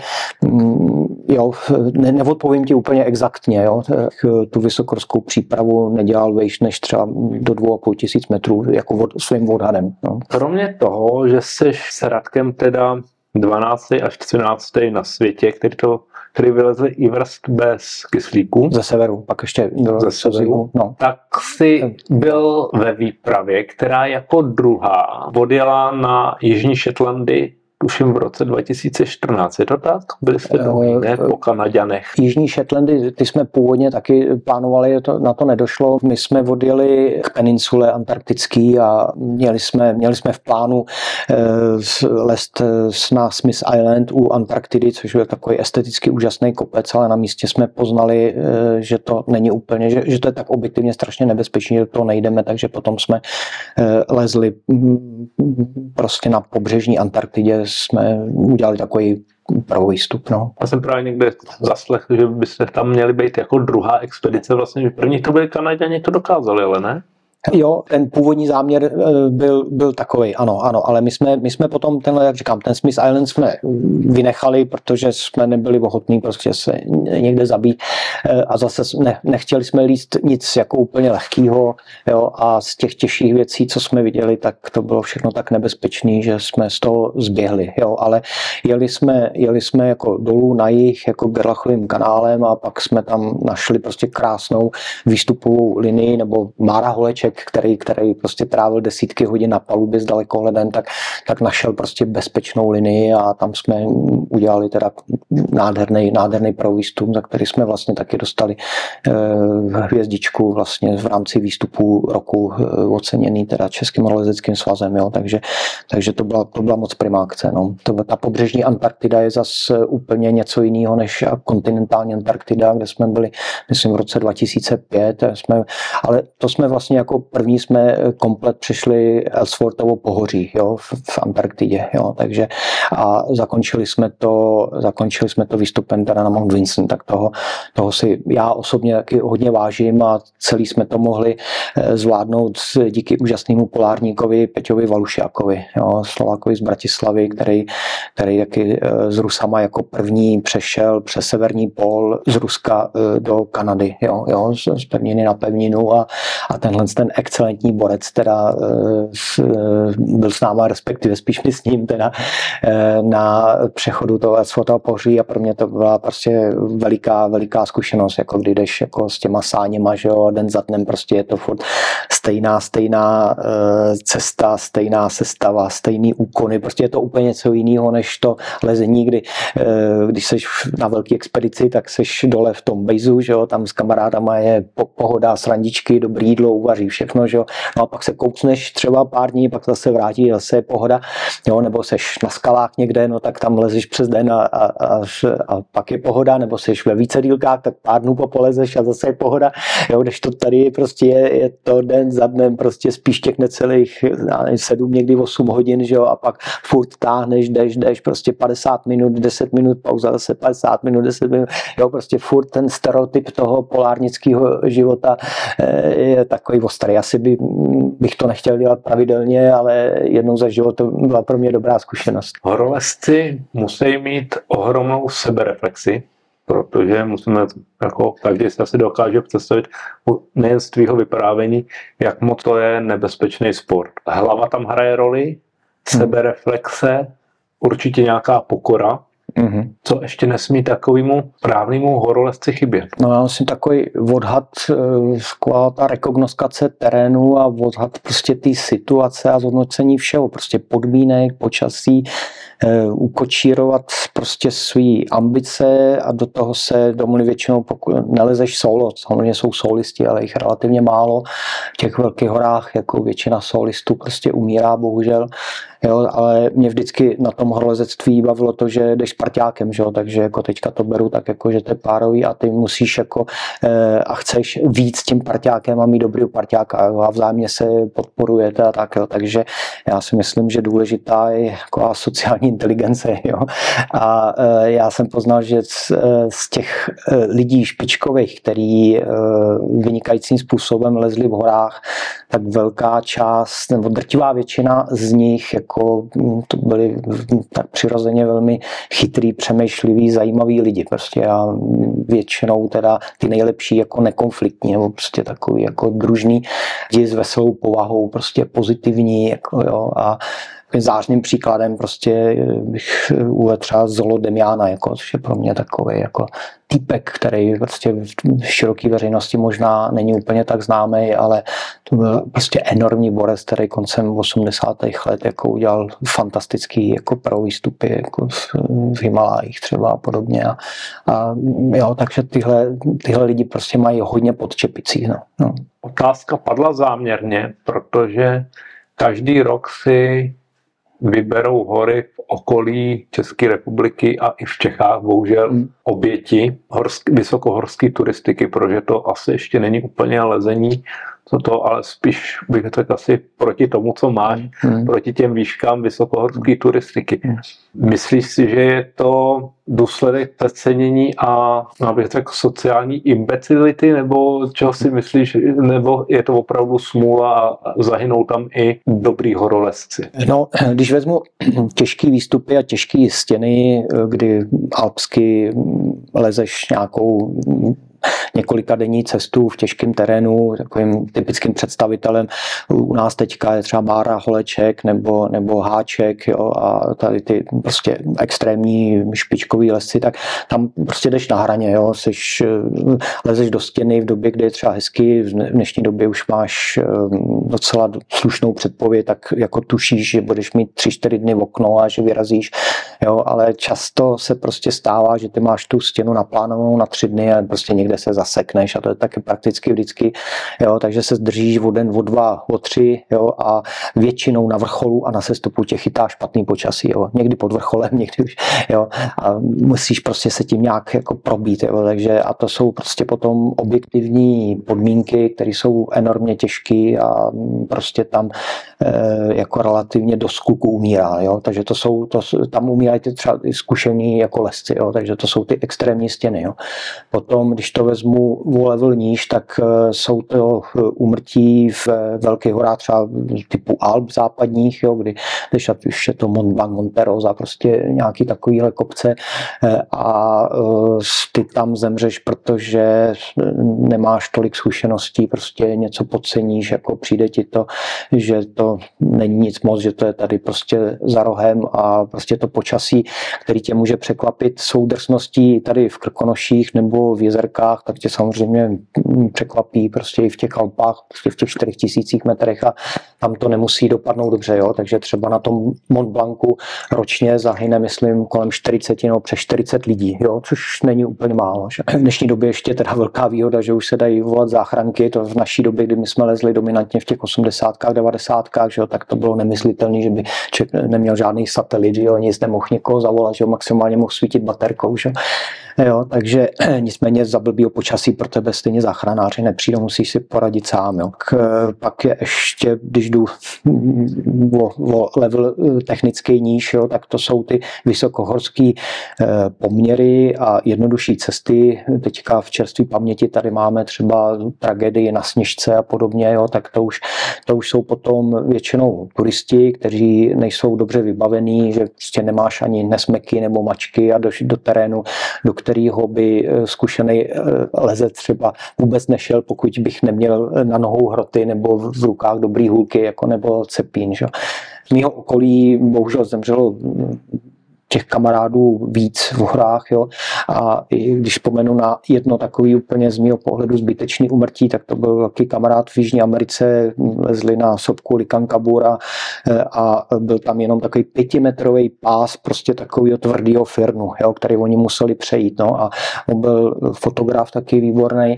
Speaker 2: jo, neodpovím ti úplně exaktně, jo, tu vysokohorskou přípravu nedělal vejš než třeba do 2500 metrů, jako svým odhadem. No.
Speaker 1: Kromě toho, že jsi s Radkem teda 12. až 13. na světě, který vylezli Everest bez kyslíku.
Speaker 2: Ze severu, pak ještě
Speaker 1: ze severu. No. Tak si byl ve výpravě, která jako druhá odjela na Jižní Shetlandy, tuším v roce 2014, je to tak? Byli jste ne, po Kanaďanech.
Speaker 2: Jižní Shetlandy, ty jsme původně taky plánovali, na to nedošlo. My jsme odjeli k peninsule antarktický a měli jsme v plánu lézt na Smith Island u Antarktidy, což je takový esteticky úžasný kopec, ale na místě jsme poznali, že to není úplně, že to je tak objektivně strašně nebezpečné, že to nejdeme, takže potom jsme lezli prostě na pobřežní Antarktidě, jsme udělali takový první vstup. No.
Speaker 1: Já jsem právě někde zaslechl, že byste tam měli být jako druhá expedice, vlastně první to byli Kanaďani, to dokázali, ale ne?
Speaker 2: Jo, ten původní záměr byl takový, ano, ale my jsme potom jak říkám, ten Smith Island jsme vynechali, protože jsme nebyli ochotní prostě se někde zabít a zase nechtěli jsme líst nic jako úplně lehkýho, jo, a z těch těžších věcí, co jsme viděli, tak to bylo všechno tak nebezpečné, že jsme z toho zběhli, jo, ale jeli jsme jako dolů na jih, jako Gerlachovým kanálem a pak jsme tam našli prostě krásnou výstupovou linii nebo Mára Holeček, který prostě trávil desítky hodin na palubě s dalekohledem, tak našel prostě bezpečnou linii a tam jsme udělali teda nádherný prvýstup, za který jsme vlastně taky dostali hvězdičku vlastně v rámci výstupu roku oceněný teda Českým horolezeckým svazem, jo, takže to byla moc primá akce, no. Ta pobřežní Antarktida je zase úplně něco jiného než kontinentální Antarktida, kde jsme byli, myslím, v roce 2005, ale to jsme vlastně jako první jsme komplet přišli Ellsworthovo pohoří, jo, v Antarktidě, jo, takže a zakončili jsme to výstupem teda na Mount Vinson, tak toho si já osobně taky hodně vážím a celý jsme to mohli zvládnout díky úžasnému polárníkovi Peťovi Valušákovi, jo, Slovákovi z Bratislavy, který taky s Rusama jako první přešel přes severní pól z Ruska do Kanady, jo, z pevniny na pevninu a tenhle ten excelentní borec teda byl s náma, respektive spíš my s ním teda na přechodu toho Ellsworthova pohoří a pro mě to byla prostě veliká zkušenost, jako když jdeš jako s těma sáněma, že jo, den za dnem prostě je to furt stejná cesta, stejná sestava, stejný úkony, prostě je to úplně něco jiného než to lezení, když seš na velké expedici, tak seš dole v tom bejzu, že jo, tam s kamarádama je pohoda, srandičky, dobrý jídlo, uvaří všechno, že jo, no a pak se kousneš třeba pár dní, pak zase vrátí, zase je pohoda, jo, nebo seš na skalách někde, no tak tam lezeš přes den a pak je pohoda, nebo seš ve více dílkách, tak pár dnů popolezeš a zase je pohoda, jo, když to tady prostě je to den za dnem, prostě spíš těch necelých 7, někdy 8 hodin, že jo, a pak furt táhneš, jdeš prostě 50 minut, 10 minut, pauza zase 50 minut, 10 minut, jo, prostě furt ten stereotyp toho polárnického života je takový ostrý. Asi bych to nechtěl dělat pravidelně, ale jednou za život to byla pro mě dobrá zkušenost.
Speaker 1: Horolezci musí mít ohromnou sebereflexi, protože musíme, jako každý si asi dokáže představit nejen z tvýho vyprávění, jak moc to je nebezpečný sport. Hlava tam hraje roli, sebereflexe, určitě nějaká pokora. Co ještě nesmí takovému právnému horolezci chybět?
Speaker 2: No já myslím takový odhad, taková ta rekognoskace terénu a odhad prostě té situace a zhodnocení všeho, prostě podmínek, počasí, ukočírovat prostě svý ambice a do toho se domluvit většinou, pokud nelezeš solo, samozřejmě jsou solisti, ale jich relativně málo. V těch velkých horách jako většina solistů prostě umírá, bohužel. Jo, ale mě vždycky na tom horolezectví bavilo to, že jdeš s parťákem, že jo, takže jako teďka to beru tak jako, že to je párový a ty musíš jako a chceš víc s tím parťákem a mít dobrý parťáka, jo, a vzájemně se podporujete a tak, jo, takže já si myslím, že důležitá je jako sociální inteligence, jo, a já jsem poznal, že z těch lidí špičkových, který vynikajícím způsobem lezli v horách, tak velká část nebo drtivá většina z nich jako to byli tak přirozeně velmi chytrý, přemýšlivý, zajímaví lidi prostě a většinou teda ty nejlepší jako nekonfliktní nebo prostě takový jako družný lidi s veselou povahou, prostě pozitivní jako jo a zářným příkladem prostě bych uvedl třeba Zolo Demiana, jako, což je pro mě takový jako týpek, který prostě v široké veřejnosti možná není úplně tak známý, ale to byl prostě enormní borec, který koncem 80. let jako udělal fantastický jako pro výstupy jako v Himalájích třeba a podobně. A jo, takže tyhle lidi prostě mají hodně pod čepicí. No.
Speaker 1: Otázka padla záměrně, protože každý rok si vyberou hory v okolí České republiky a i v Čechách bohužel oběti vysokohorské turistiky, protože to asi ještě není úplně lezení, ale spíš bych řekl asi proti tomu, co máš, proti těm výškám vysokohorské turistiky. Myslíš si, že je to důsledek přecenění a bych řekl sociální imbecility, nebo čeho si myslíš, nebo je to opravdu smůla a zahynou tam i dobrý horolezci?
Speaker 2: No, když vezmu těžký výstupy a těžké stěny, kdy alpsky lezeš nějakou několikadenní cestu v těžkém terénu, takovým typickým představitelem u nás teďka je třeba Bára Holeček nebo Háček, jo, a tady ty prostě extrémní špičkový lesy, tak tam prostě jdeš na hraně, jo, lezeš do stěny v době, kdy je třeba hezky, v dnešní době už máš docela slušnou předpověď, tak jako tušíš, že budeš mít 3-4 dny v okno a že vyrazíš, jo, ale často se prostě stává, že ty máš tu stěnu naplánovanou na 3 dny a prostě někde někde se zasekneš a to je taky prakticky vždycky, jo, takže se zdržíš o den, o 2, o 3, jo, a většinou na vrcholu a na sestupu tě chytá špatný počasí, jo, někdy pod vrcholem, někdy už, jo, a musíš prostě se tím nějak jako probít, jo, takže a to jsou prostě potom objektivní podmínky, které jsou enormně těžké a prostě tam jako relativně dost kluků umírá, jo, takže tam umírají třeba i zkušení jako lesci, jo, takže to jsou ty extrémní stěny, jo. Potom, když to vezmu o level níž, tak jsou to úmrtí v velkých horách třeba typu Alp západních, jo, kdy už je to Mont Blanc, Monte Rosa, prostě nějaký takovýhle kopce a ty tam zemřeš, protože nemáš tolik zkušeností, prostě něco podceníš, jako přijde ti to, že to není nic moc, že to je tady prostě za rohem a prostě to počasí, který tě může překvapit soudrsností tady v Krkonoších nebo v Jezerkách, tak tě samozřejmě překvapí prostě i v těch Alpách, prostě v těch 4000 metrech a tam to nemusí dopadnout dobře, jo, takže třeba na tom Mont Blancu ročně zahyne, myslím, kolem 40 nebo přes 40 lidí, jo, což není úplně málo, že? V dnešní době ještě teda velká výhoda, že už se dají volat záchranky, to v naší době, kdy my jsme lezli dominantně v těch 80, 90, že jo, tak to bylo nemyslitelné, že by člověk neměl žádný satelit, že jo, nic nemohl někoho zavolat, že jo, maximálně mohl svítit baterkou, že jo, takže nicméně za blbýho počasí pro tebe stejně záchranáři nepřijdou, musíš si poradit sám, jo. Pak je ještě, když jdu o level technický níž, jo, tak to jsou ty vysokohorský poměry a jednodušší cesty. Teďka v čerstvé paměti tady máme třeba tragédii na Sněžce a podobně, jo, tak to už jsou potom většinou turisti, kteří nejsou dobře vybavení, že prostě nemáš ani nesmeky nebo mačky a do terénu, do kterého by zkušený lezec třeba vůbec nešel, pokud bych neměl na nohou hroty nebo v rukách dobrý hůlky, jako nebo cepín. Že? Z mého okolí bohužel zemřelo těch kamarádů víc v horách, jo. A když vzpomenu na jedno takový úplně z mého pohledu zbytečný úmrtí, tak to byl velký kamarád v Jižní Americe, lezli na sopku Licancabura a byl tam jenom takový 5metrový pás prostě takového tvrdého firnu, jo, který oni museli přejít, no. A on byl fotograf taky výborný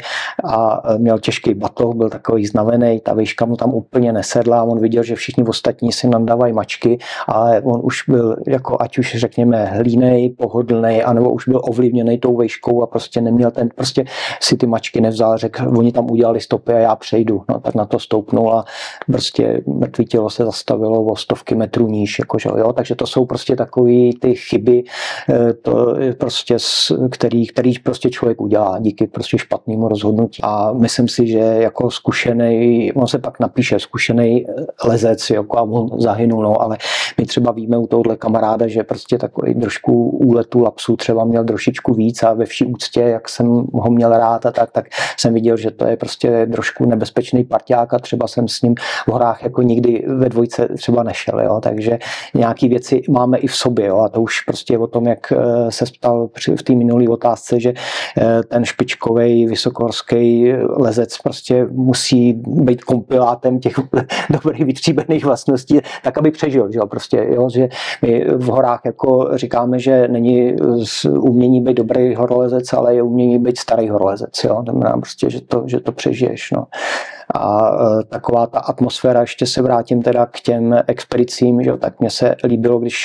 Speaker 2: a měl těžký batoh, byl takový znavený, ta výška mu tam úplně nesedla, on viděl, že všichni ostatní si nandávají mačky, ale on už byl jako, ať už řekněme hlínej, pohodlnej, anebo už byl ovlivněný tou vejškou a prostě neměl ten, prostě si ty mačky nevzal, řekl, oni tam udělali stopy a já přejdu, no tak na to stoupnul a prostě mrtvý tělo se zastavilo o 100 metrů níž, jakože, jo, takže to jsou prostě takový ty chyby, to prostě, který prostě člověk udělá díky prostě špatnému rozhodnutí a myslím si, že jako zkušený, on se pak napíše zkušený lezec, jako a on zahynul, no, ale my třeba víme u tohohle kamaráda, že prostě takový trošku úletu lapsů třeba měl trošičku víc a ve vší úctě, jak jsem ho měl rád a tak jsem viděl, že to je prostě trošku nebezpečný parťák a třeba jsem s ním v horách jako nikdy ve dvojce třeba nešel, jo, takže nějaký věci máme i v sobě, jo, a to už prostě o tom, jak se ptal v té minulé otázce, že ten špičkový vysokohorský lezec prostě musí být kompilátem těch dobrých vytříbených vlastností, tak aby přežil, že jo, prostě, jo, že my v horách jako říkáme, že není umění být dobrý horolezec, ale je umění být starý horolezec, jo, znamená prostě, že to přežiješ, no. A taková ta atmosféra, ještě se vrátím teda k těm expedicím, že, tak mně se líbilo, když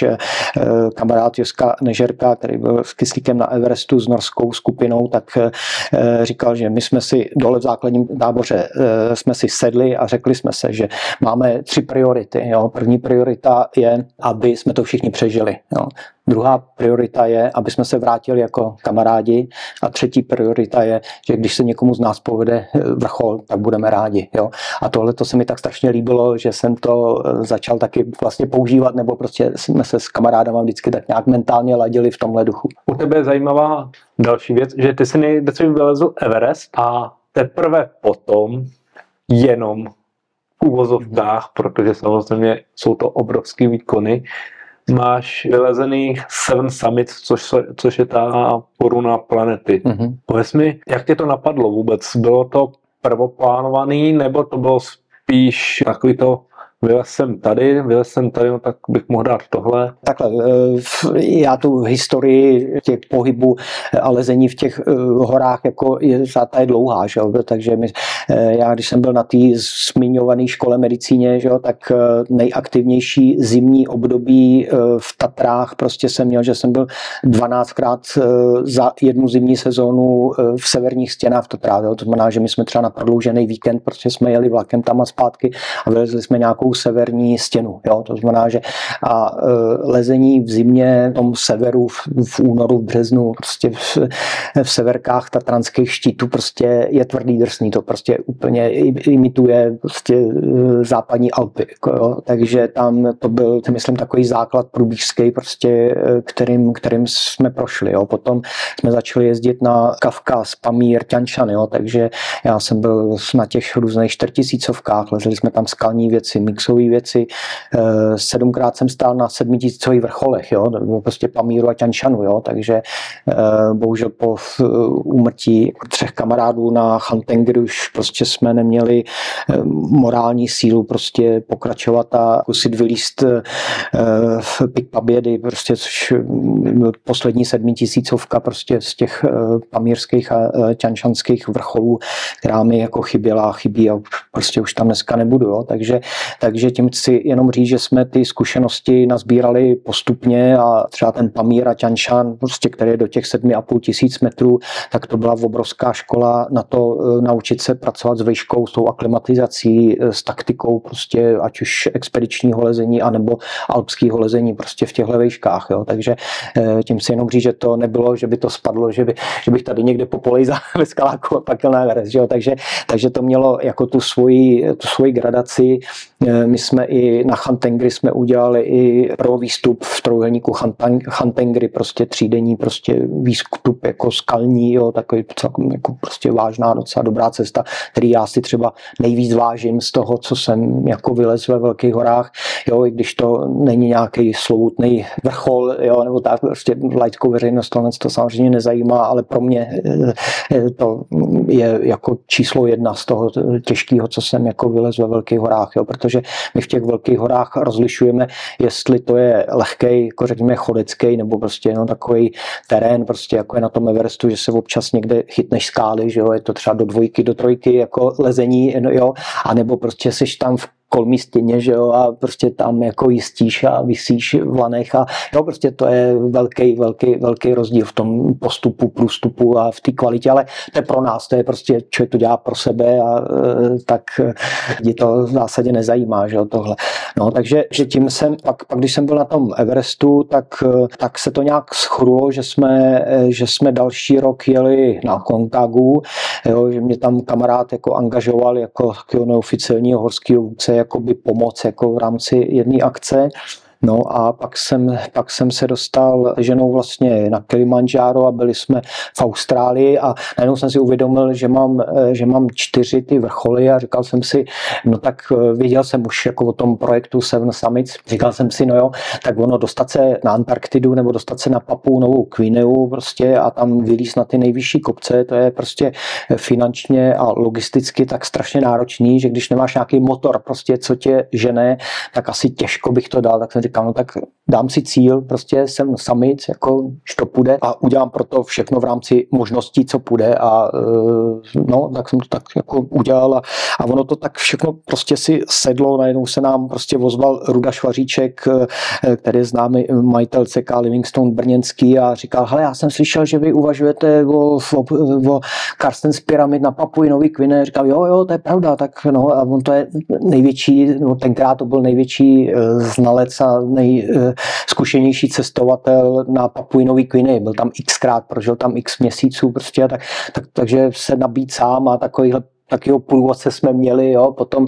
Speaker 2: kamarád Joska Nežerka, který byl s kyslíkem na Everestu s norskou skupinou, tak říkal, že my jsme si dole v základním táboře jsme si sedli a řekli jsme se, že máme 3 priority. Jo. První priorita je, aby jsme to všichni přežili. Jo. Druhá priorita je, aby jsme se vrátili jako kamarádi a třetí priorita je, že když se někomu z nás povede vrchol, tak budeme rádi. Jo? A tohle to se mi tak strašně líbilo, že jsem to začal taky vlastně používat, nebo prostě jsme se s kamarádama vždycky tak nějak mentálně ladili v tomhle duchu.
Speaker 1: U tebe je zajímavá další věc, že ty si nejvíc vylezl Everest a teprve potom jenom v uvozovkách, protože samozřejmě jsou to obrovské výkony, máš vylezených 7 summits, což je ta koruna planety. Pověz mi, jak tě to napadlo vůbec? Bylo to prvoplánovaný, nebo to bylo spíš takový to vylez jsem tady, no tak bych mohl dát tohle.
Speaker 2: Takhle, já tu historii těch pohybů a lezení v těch horách jako je dlouhá, že jo? Takže já, když jsem byl na té zmiňované škole medicíně, že jo, tak nejaktivnější zimní období v Tatrách prostě jsem měl, že jsem byl 12krát za jednu zimní sezónu v severních stěnách v Tatrách. To znamená, že my jsme třeba na prodloužený víkend prostě jsme jeli vlakem tam a zpátky a vylezli jsme nějakou severní stěnu. Jo? To znamená, že lezení v zimě, v tom severu, v únoru, v březnu, prostě v severkách tatranských štítů prostě je tvrdý drsný, to prostě úplně imituje prostě západní Alpy, jako, jo. Takže tam to byl, myslím, takový základ průběžský prostě, kterým jsme prošli, jo. Potom jsme začali jezdit na Kavkaz, Pamír, Tian Shan, jo, takže já jsem byl na těch různých 4000, lezli jsme tam skalní věci, mixové věci, 7krát jsem stál na 7000 vrcholech, jo, prostě Pamíru a Tian Shanu, jo, takže bohužel po úmrtí 3 kamarádů na Chantengri už prostě jsme neměli morální sílu prostě pokračovat a zkusit vylízt v Pik Pabědy, prostě což poslední 7000 prostě z těch pamírských a tianšanských vrcholů, která mi jako chybí a prostě už tam dneska nebudu, jo, takže tím chci jenom říct, že jsme ty zkušenosti nazbírali postupně a třeba ten Pamír a Tian Shan, prostě, který je do těch 7500 metrů, tak to byla obrovská škola na to naučit se pracovat s vejškou, s tou aklimatizací, s taktikou prostě ať už expedičního lezení anebo alpského lezení prostě v těchto vejškách, jo. Takže tím si jenom říct, že to nebylo, že by to spadlo, že bych tady někde popolejzal ve skaláku a pak jel na Everest, jo. Takže to mělo jako tu svoji gradaci. My jsme i na Chantengri jsme udělali i pro výstup v trojúhelníku Chantengri, prostě třídenní prostě výstup jako skalní, jo, takový jako prostě vážná, docela dobrá cesta, který já si třeba nejvíc vážím z toho, co jsem jako vylez ve Velkých horách, jo, i když to není nějaký slovutný vrchol, jo, nebo tak, prostě laickou veřejnost to samozřejmě nezajímá, ale pro mě to je jako číslo 1 z toho těžkého, co jsem jako vylez ve Velkých horách, jo, protože my v těch Velkých horách rozlišujeme, jestli to je lehkej, jako řekněme chodecký, nebo prostě no, takový terén, prostě jako je na tom Everestu, že se občas někde chytneš skály, že jo, je to třeba do 2, do 3 jako lezení, jo, anebo prostě seš tam v kolmý stěně, že jo, a prostě tam jako jistíš a visíš v lanech a jo, prostě to je velký rozdíl v tom postupu, průstupu a v té kvalitě, ale to je pro nás, to je prostě, člověk to dělá pro sebe a tak lidi to v zásadě nezajímá, že jo, tohle. No, takže že tím jsem, pak když jsem byl na tom Everestu, tak se to nějak schrulo, že jsme další rok jeli na Konkagu, jo, že mě tam kamarád jako angažoval jako neoficiálního horského vůdce jakoby pomoc jako v rámci jedné akce. No a pak jsem se dostal ženou vlastně na Kilimanjaro a byli jsme v Austrálii a najednou jsem si uvědomil, že mám 4 ty vrcholy a říkal jsem si, no tak věděl jsem už jako o tom projektu Seven Summits, říkal jsem si, no jo, tak ono dostat se na Antarktidu nebo dostat se na Papuu Novou Guineu prostě a tam vylízt na ty nejvyšší kopce, to je prostě finančně a logisticky tak strašně náročný, že když nemáš nějaký motor prostě, co tě žene, tak asi těžko bych to dal, tak jsem říkal, no tak dám si cíl, prostě jsem samic, jako to půjde a udělám pro to všechno v rámci možností, co půjde a no, tak jsem to tak jako udělal a ono to tak všechno prostě si sedlo, najednou se nám prostě ozval Ruda Švaříček, který je známý majitel CK Livingstone brněnský a říkal, hele, já jsem slyšel, že vy uvažujete o Carstens pyramid na Papui Nový Guinea, říkal, jo, to je pravda, tak no a on to je největší, no, tenkrát to byl největší znalec a nejzkušenější cestovatel na Papui Nový Guinea. Byl tam xkrát, prožil tam x měsíců prostě, takže se nabít sám a takového průvodce jsme měli, jo. Potom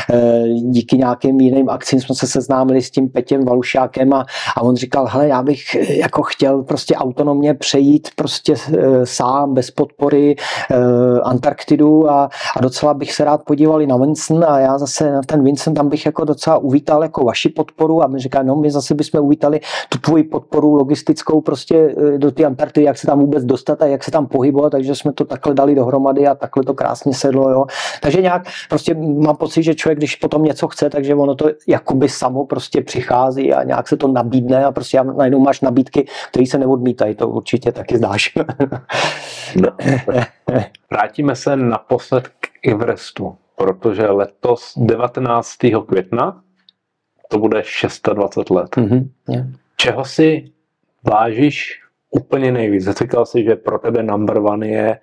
Speaker 2: díky nějakým jiným akcím jsme se seznámili s tím Petěm Valušákem a on říkal, hele, já bych jako chtěl prostě autonomně přejít prostě sám, bez podpory Antarktidu a docela bych se rád podíval i na Vincent a já zase na ten Vincent tam bych jako docela uvítal jako vaši podporu a my říká, no my zase bychom uvítali tu tvoji podporu logistickou prostě do té Antarktidy, jak se tam vůbec dostat a jak se tam pohybovat, takže jsme to takhle dali dohromady a takhle to krásně sedlo, jo. Takže nějak prostě mám pocit, že člověk, když potom něco chce, takže ono to jakoby samo prostě přichází a nějak se to nabídne a prostě najednou máš nabídky, které se neodmítají, to určitě taky znáš.
Speaker 1: No. Vrátíme se naposled k Everestu, protože letos 19. května to bude 26 let.
Speaker 2: Yeah.
Speaker 1: Čeho si vážíš úplně nejvíc? Říkal jsi, že pro tebe number one je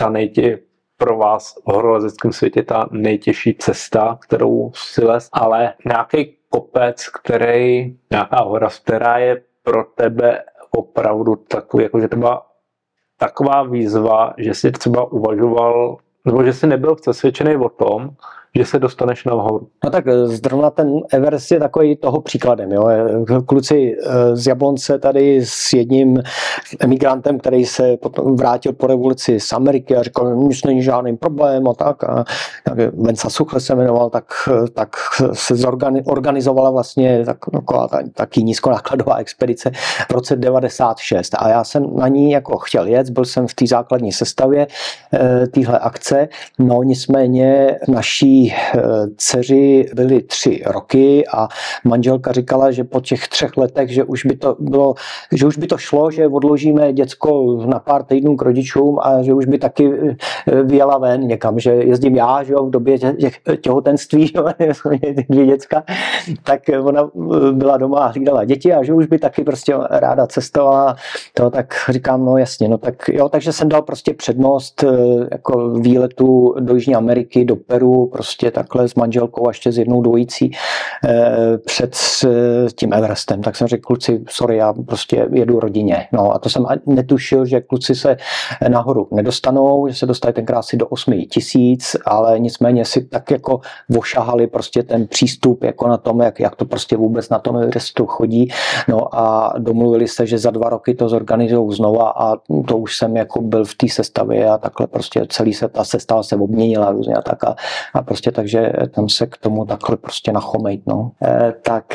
Speaker 1: pro vás v horolezeckém světě ta nejtěžší cesta, kterou si les, ale nějaký kopec, nějaká hora, která je pro tebe opravdu takový, jakože třeba taková výzva, že jsi třeba uvažoval, nebo že jsi nebyl přesvědčený o tom, že se dostaneš nahoru.
Speaker 2: No tak zrovna ten Everest je takový toho příkladem. Jo. Kluci z Jablonce tady s jedním emigrantem, který se potom vrátil po revoluci z Ameriky a říkal, nic není žádný problém a tak. A Venca Suchle se jmenoval, tak se organizovala vlastně taková taky nízkonákladová expedice v roce 96. A já jsem na ní jako chtěl jet, byl jsem v té základní sestavě téhle akce, no nicméně naší dceři byly 3 roky a manželka říkala, že po těch 3 letech, že už by to šlo, že odložíme děcko na pár týdnů k rodičům a že už by taky vyjela ven někam, že jezdím já, že jo, v době těhotenství, že jo, 2 děcka, tak ona byla doma a hlídala děti a že už by taky prostě ráda cestovala, tak říkám, no jasně, no tak jo, takže jsem dal prostě přednost jako výletu do Jižní Ameriky, do Peru, prostě takhle s manželkou a ještě s jednou dvojicí před tím Everestem. Tak jsem řekl, kluci, sorry, já prostě jedu rodině. No a to jsem netušil, že kluci se nahoru nedostanou, že se dostali tenkrát asi do 8 000, ale nicméně si tak jako vošahali prostě ten přístup jako na tom, jak to prostě vůbec na tom Everestu chodí. No a domluvili se, že za 2 roky to zorganizujou znova a to už jsem jako byl v té sestavě a takhle prostě ta sestava se obměnila různě a tak a prostě takže tam se k tomu takhle prostě nachomejt. No. Tak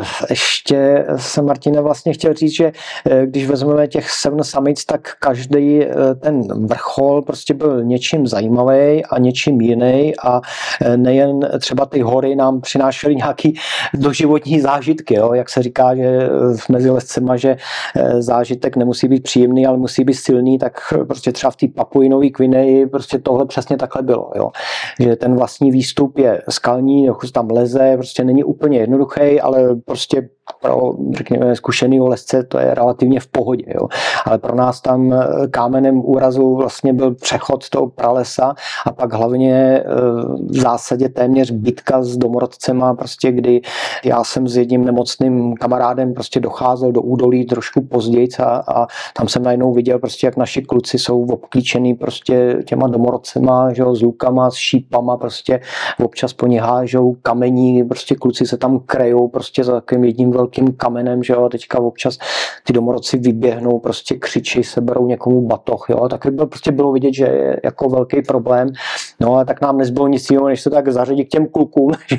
Speaker 2: ještě jsem, Martine, vlastně chtěl říct, že když vezmeme těch 7 summits, tak každý ten vrchol prostě byl něčím zajímavý a něčím jiný a nejen třeba ty hory nám přinášely nějaký doživotní zážitky, jo? Jak se říká, že mezi lescema, že zážitek nemusí být příjemný, ale musí být silný, tak prostě třeba v té Papui Nový Gvineji prostě tohle přesně takhle bylo, jo? Že ten vlastní výstup je skalní, tam leze, prostě není úplně jednoduchý, ale prostě pro, řekněme, zkušenýho lesce to je relativně v pohodě. Jo. Ale pro nás tam kámenem úrazu vlastně byl přechod toho pralesa a pak hlavně v zásadě téměř bitka s domorodcema, prostě kdy já jsem s jedním nemocným kamarádem prostě docházel do údolí trošku později a tam jsem najednou viděl prostě, jak naši kluci jsou obklíčený prostě těma domorodcema, že jo, s lukama, s šípama, prostě občas po ně hážou kamení, prostě kluci se tam krejou prostě za takovým jedním velkým kamenem, že jo, teďka občas ty domorodci vyběhnou, prostě křičí, seberou někomu batoh, jo, tak prostě bylo vidět, že je jako velký problém, no a tak nám nezbylo nic jiného, než se tak zařadit k těm klukům, že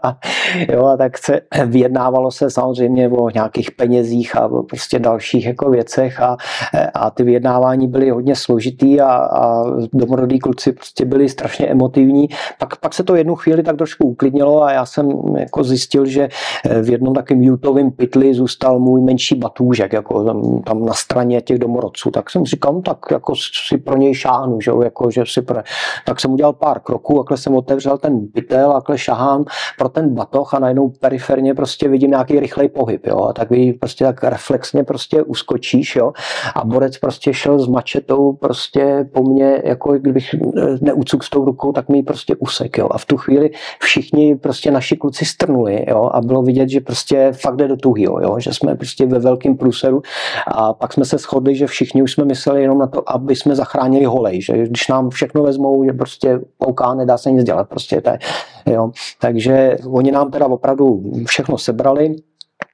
Speaker 2: jo, a tak se vyjednávalo se samozřejmě o nějakých penězích a prostě dalších jako věcech a ty vyjednávání byly hodně složitý a domorodí kluci prostě byli strašně emotivní, pak se to jednu chvíli tak trošku uklidnilo a já jsem jako zjistil, že v jednom takovém jutovém pytli zůstal můj menší batůžek, jako tam na straně těch domorodců, tak jsem říkal, no, tak jako si pro něj šáhnu, že jo, jako, že tak jsem udělal pár kroků, takhle jsem otevřel ten pytel, takhle šahám pro ten batoh a najednou periferně prostě vidím nějaký rychlej pohyb, jo, a tak prostě tak reflexně prostě uskočíš, jo, a borec prostě šel s mačetou prostě po mně, jako kdybych neucuk s tou rukou, tak mi prostě usek, jo, a v tu chvíli všichni prostě naši kluci strnuli, jo, a bylo vidět, že prostě fakt jde do tuhýho, jo, že jsme prostě ve velkém průseru a pak jsme se shodli, že všichni už jsme mysleli jenom na to, aby jsme zachránili holej, že když nám všechno vezmou, že prostě OK, nedá se nic dělat, prostě to je, jo, takže oni nám teda opravdu všechno sebrali.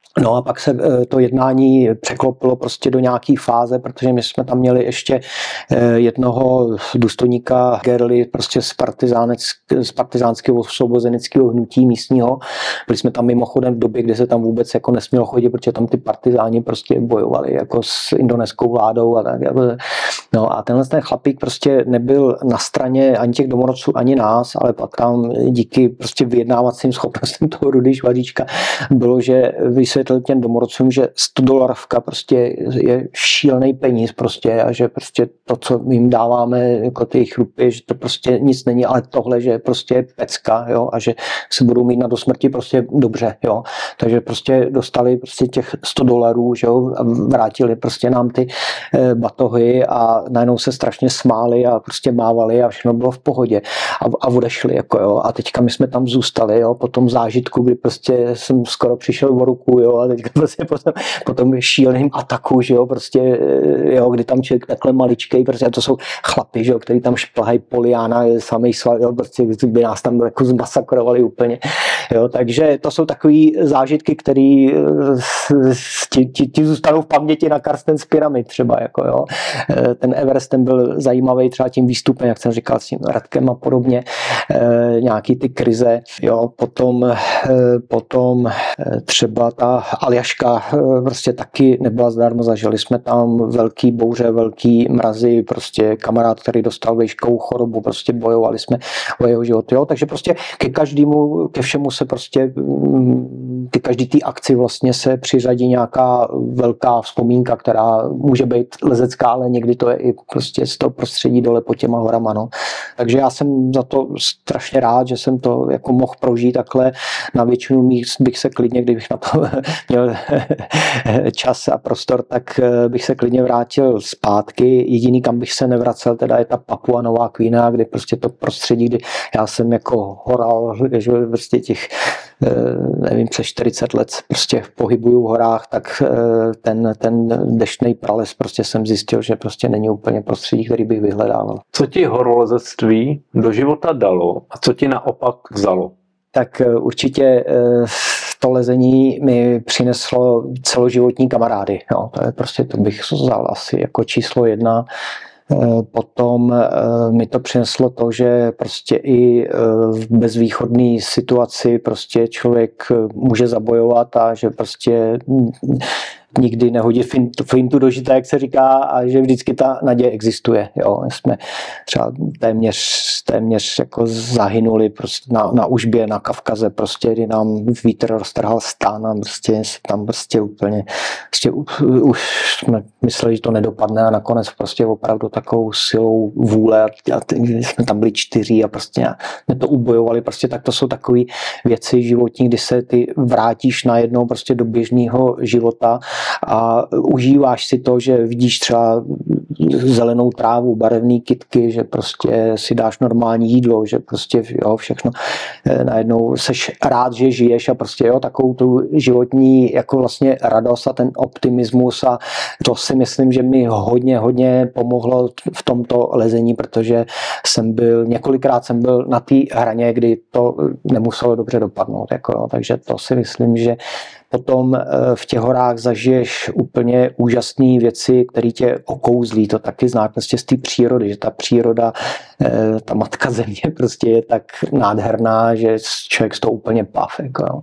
Speaker 2: No a pak se to jednání překlopilo prostě do nějaký fáze, protože my jsme tam měli ještě jednoho důstojníka guerily prostě z partizánského osvobozeneckého hnutí místního. Byli jsme tam mimochodem v době, kdy se tam vůbec jako nesmělo chodit, protože tam ty partizáni prostě bojovali jako s indonéskou vládou a tak. No a tenhle ten chlapík prostě nebyl na straně ani těch domorodců, ani nás, ale pak tam díky prostě vyjednávacím schopnostem toho Rudy Švaříčka bylo, že vysvětlil těm domorodcům, že $100 prostě je šílený peníz prostě a že prostě to, co jim dáváme jako ty chrupy, že to prostě nic není, ale tohle, že prostě je pecka, jo, a že se budou mít na do smrti prostě dobře, jo. Takže prostě dostali prostě těch $100, že jo, a vrátili prostě nám ty batohy a najednou se strašně smáli a prostě mávali a všechno bylo v pohodě a odešli, jako jo. A teďka my jsme tam zůstali, jo, po tom zážitku, kdy prostě jsem skoro přišel o ruku, jo, a teďka prostě potom šíleným ataku, že jo, prostě, jo, kdy tam člověk takhle maličkej, prostě a to jsou chlapi, že jo, který tam šplhají Poliana, samej sval, jo, prostě by nás tam jako zmasakrovali úplně, jo, takže to jsou takový zážitky, který ti zůstanou v paměti na Karstens pyramid třeba, jako jo. Ten Everest, ten byl zajímavý třeba tím výstupem, jak jsem říkal, s tím Radkem a podobně, nějaký ty krize, jo, potom třeba ta Aljaška prostě taky nebyla zdarma, zažili jsme tam velký bouře, velký mrazy, prostě kamarád, který dostal vejškovou chorobu, prostě bojovali jsme o jeho život, jo, takže prostě ke všemu se prostě ke každý té akci vlastně se přiřadí nějaká velká vzpomínka, která může být lezecká, ale někdy to je i prostě z toho prostředí dole pod těma horama, no. Takže já jsem za to strašně rád, že jsem to jako mohl prožít takhle. Na většinu míst bych se klidně, kdybych na to měl čas a prostor, tak bych se klidně vrátil zpátky. Jediný, kam bych se nevracel, teda je ta Papua Nová Guinea, kde prostě to prostředí, kdy já jsem jako horal, že prostě těch nevím, přes 40 let prostě pohybuju v horách, tak ten deštný prales prostě jsem zjistil, že prostě není úplně prostředí, který bych vyhledával.
Speaker 1: Co ti horolezectví do života dalo a co ti naopak vzalo?
Speaker 2: Tak určitě to lezení mi přineslo celoživotní kamarády. Jo. To je prostě, to bych vzal asi jako číslo 1. Potom mi to přineslo to, že prostě i v bezvýchodné situaci prostě člověk může zabojovat a že prostě nikdy nehodit fintu do žita, jak se říká, a že vždycky ta naděje existuje. Jo. Jsme třeba téměř jako zahynuli prostě na Užbě, na Kavkaze, prostě, kdy nám vítr roztrhal stán a prostě tam prostě úplně už jsme mysleli, že to nedopadne a nakonec prostě opravdu takovou silou vůle a jsme tam byli 4 a prostě jsme to ubojovali, prostě tak to jsou takové věci životní, kdy se ty vrátíš najednou prostě do běžného života a užíváš si to, že vidíš třeba zelenou trávu, barevné kytky, že prostě si dáš normální jídlo, že prostě jo, všechno najednou seš rád, že žiješ a prostě jo, takovou tu životní jako vlastně radost a ten optimismus a to si myslím, že mi hodně pomohlo v tomto lezení, protože několikrát jsem byl na té hraně, kdy to nemuselo dobře dopadnout, jako jo, takže to si myslím, že potom v těch horách zažiješ úplně úžasné věci, které tě okouzlí. To taky znáš prostě z té přírody, že ta příroda, ta matka země prostě je tak nádherná, že člověk z toho úplně pav. Jako, no.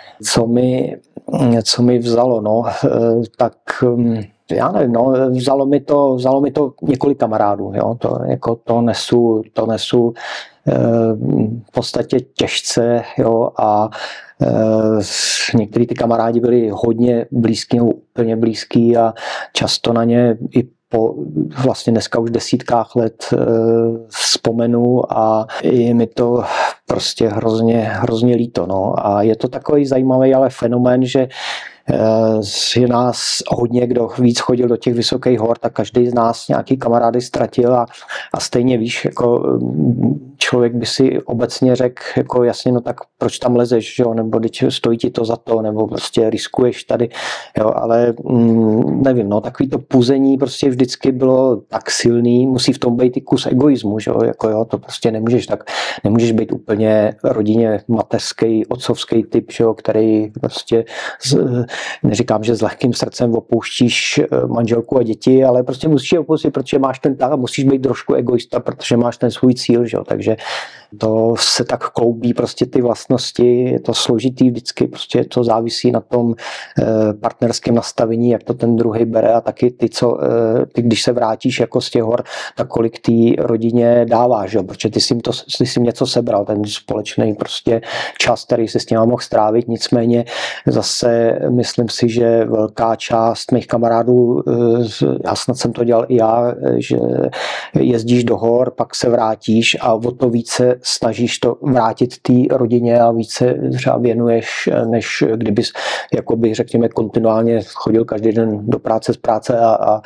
Speaker 2: Co mi vzalo, no, tak já nevím, no, vzalo mi to několik kamarádů, jo, to nesu v podstatě těžce, jo, a některý ty kamarádi byli hodně blízký, úplně blízký a často na ně i po vlastně dneska už desítkách let vzpomenu a je mi to prostě hrozně líto, no, a je to takový zajímavý ale fenomén, že je nás hodně, kdo víc chodil do těch vysokých hor, tak každý z nás nějaký kamarády ztratil a stejně víš, jako člověk by si obecně řekl, jako jasně, no tak proč tam lezeš, jo, nebo teď stojí ti to za to, nebo prostě riskuješ tady, jo, ale nevím, no, takový to puzení prostě vždycky bylo tak silný, musí v tom být i kus egoismu, jo, jako jo, to prostě nemůžeš být úplně rodině mateřský, otcovský typ, jo, který prostě, neříkám, že s lehkým srdcem opouštíš manželku a děti, ale prostě musíš je opustit, protože máš ten tak a musíš být trošku egoista, protože máš ten svůj cíl, jo, takže to se tak kloubí prostě ty vlastnosti, je to složitý vždycky, prostě to závisí na tom partnerském nastavení, jak to ten druhý bere a taky ty, když se vrátíš jako z těch hor, tak kolik té rodině dáváš, jo, protože ty jsi jim něco sebral, ten společný prostě čas, který se s ním mohl strávit, nicméně zase myslím si, že velká část mých kamarádů, já snad jsem to dělal i já, že jezdíš do hor, pak se vrátíš a o to více snažíš to vrátit té rodině a více třeba věnuješ, než kdybys, jakoby, řekněme, kontinuálně chodil každý den do práce z práce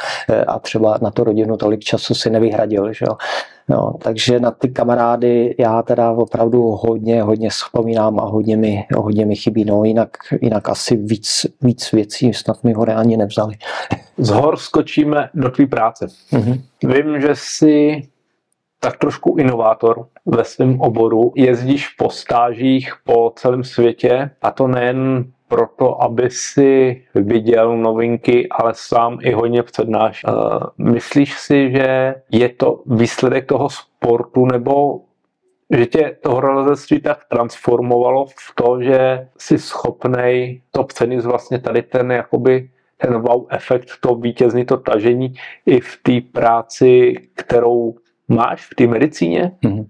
Speaker 2: a třeba na to rodinu tolik času si nevyhradil, že jo. No, takže na ty kamarády já teda opravdu hodně vzpomínám a hodně mi chybí, no, jinak asi víc věcí snad mi hory ani nevzali.
Speaker 1: Z hor skočíme do tvý práce. Mm-hmm. Vím, že jsi tak trošku inovátor ve svém oboru, jezdíš po stážích po celém světě a to nejen proto, aby si viděl novinky, ale sám i hodně přednáš. Myslíš si, že je to výsledek toho sportu, nebo že tě to horolezectví tak transformovalo v to, že jsi schopnej to přenést vlastně tady ten wow efekt, to vítězný, to tažení i v té práci, kterou máš v té medicíně? Mm-hmm.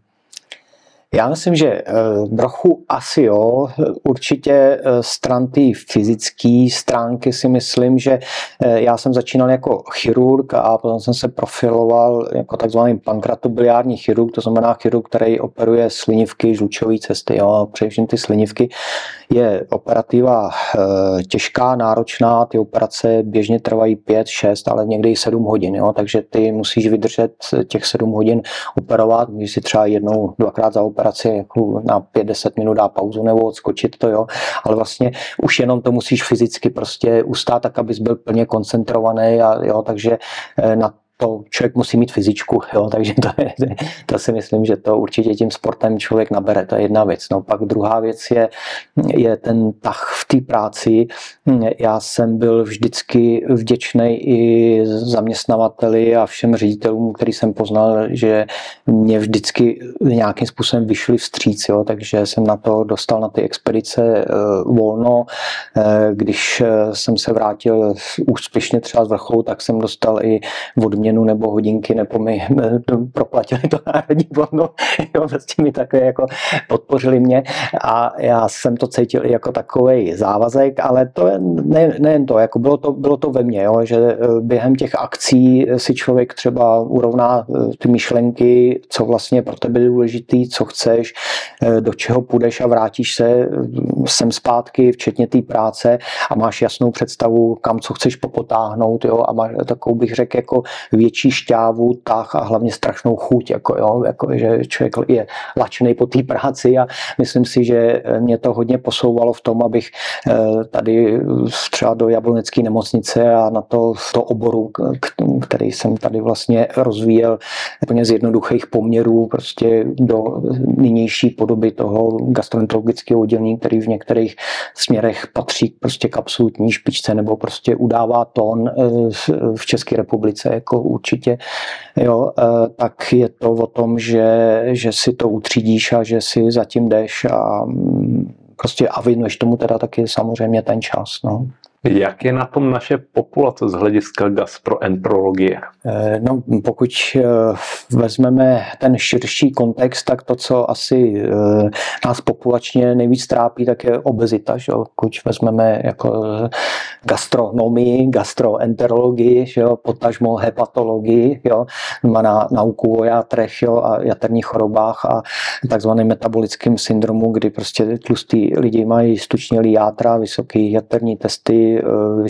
Speaker 2: Já myslím, že trochu asi jo, určitě stran té fyzické stránky si myslím, že já jsem začínal jako chirurg a potom jsem se profiloval jako takzvaný pankratobiliární chirurg, to znamená chirurg, který operuje slinivky, žlučové cesty, jo, především ty slinivky. Je operativa těžká, náročná, ty operace běžně trvají 5, 6, ale někdy i 7 hodin, jo, takže ty musíš vydržet těch 7 hodin operovat, když si třeba jednou, dvakrát za operaci jako na 5-10 minut dá pauzu nebo odskočit to, jo, ale vlastně už jenom to musíš fyzicky prostě ustát tak, abys byl plně koncentrovaný a jo, takže na to člověk musí mít fyzičku, jo, takže to si myslím, že to určitě tím sportem člověk nabere, to je jedna věc. No, pak druhá věc je ten tah v té práci. Já jsem byl vždycky vděčný i zaměstnavateli a všem ředitelům, který jsem poznal, že mě vždycky nějakým způsobem vyšli vstříc, jo, takže jsem na to dostal na ty expedice volno. Když jsem se vrátil úspěšně třeba z vrcholu, tak jsem dostal i odměnu nebo hodinky, nebo mi proplatili to národní volno, jo, vlastně mi také jako podpořili mě a já jsem to cítil i jako takovej závazek, ale to je nejen to, jako bylo to ve mně, jo, že během těch akcí si člověk třeba urovná ty myšlenky, co vlastně pro tebe je důležitý, co chceš, do čeho půjdeš a vrátíš se sem zpátky, včetně té práce a máš jasnou představu, kam co chceš popotáhnout, jo, a máš takovou, bych řekl, jako větší šťávu, tah a hlavně strašnou chuť, že člověk je lačnej po té práci a myslím si, že mě to hodně posouvalo v tom, abych tady třeba do Jablonecké nemocnice a na to oboru, který jsem tady vlastně rozvíjel úplně z jednoduchých poměrů prostě do nynější podoby toho gastroenterologického oddělení, který v některých směrech patří prostě k absolutní špičce nebo prostě udává tón v České republice jako určitě, jo, tak je to o tom, že si to utřídíš a že si zatím jdeš a prostě a věnuješ tomu teda taky samozřejmě ten čas, no.
Speaker 1: Jak je na tom naše populace z hlediska gastroenterologie?
Speaker 2: No, pokud vezmeme ten širší kontext, tak to, co asi nás populačně nejvíc trápí, tak je obezita. Že? Pokud vezmeme jako gastronomii, gastroenterologii, jo, potažmo hepatologii, jo, na nauku o játrech, jo, a jaterních chorobách a takzvaným metabolickým syndromu, kdy prostě tlustí lidi mají stučnělý játra, vysoký jaterní testy,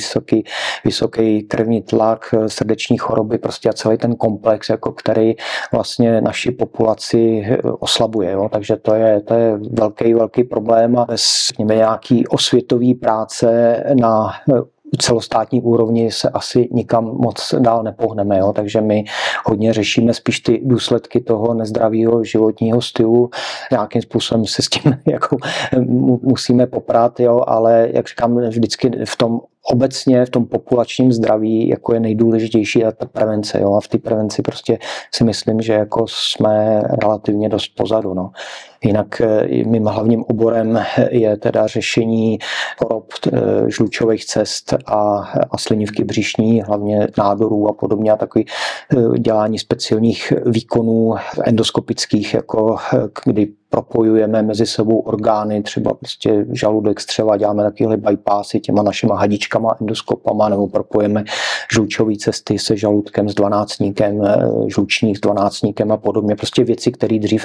Speaker 2: vysoký krevní tlak, srdeční choroby, prostě a celý ten komplex, jako který vlastně naši populaci oslabuje. Jo. Takže to je velký problém a bez nějaký osvětový práce na celostátní úrovni se asi nikam moc dál nepohneme. Jo. Takže my hodně řešíme spíš ty důsledky toho nezdravého životního stylu. Nějakým způsobem se s tím jako musíme poprat, jo, ale jak říkám, vždycky obecně v tom populačním zdraví jako je nejdůležitější ta prevence. Jo? A v té prevenci prostě si myslím, že jako jsme relativně dost pozadu. No. Jinak mým hlavním oborem je teda řešení chorob žlučových cest a slinivky břišní, hlavně nádorů a podobně, a takový dělání speciálních výkonů endoskopických, jako kdy propojujeme mezi sebou orgány, třeba prostě žaludek, střeva, děláme takovéhle bypassy těma našima hadičkama, endoskopama, nebo propojeme žlučové cesty se žaludkem, s dvanáctníkem, žlučník s dvanáctníkem a podobně. Prostě věci, které dřív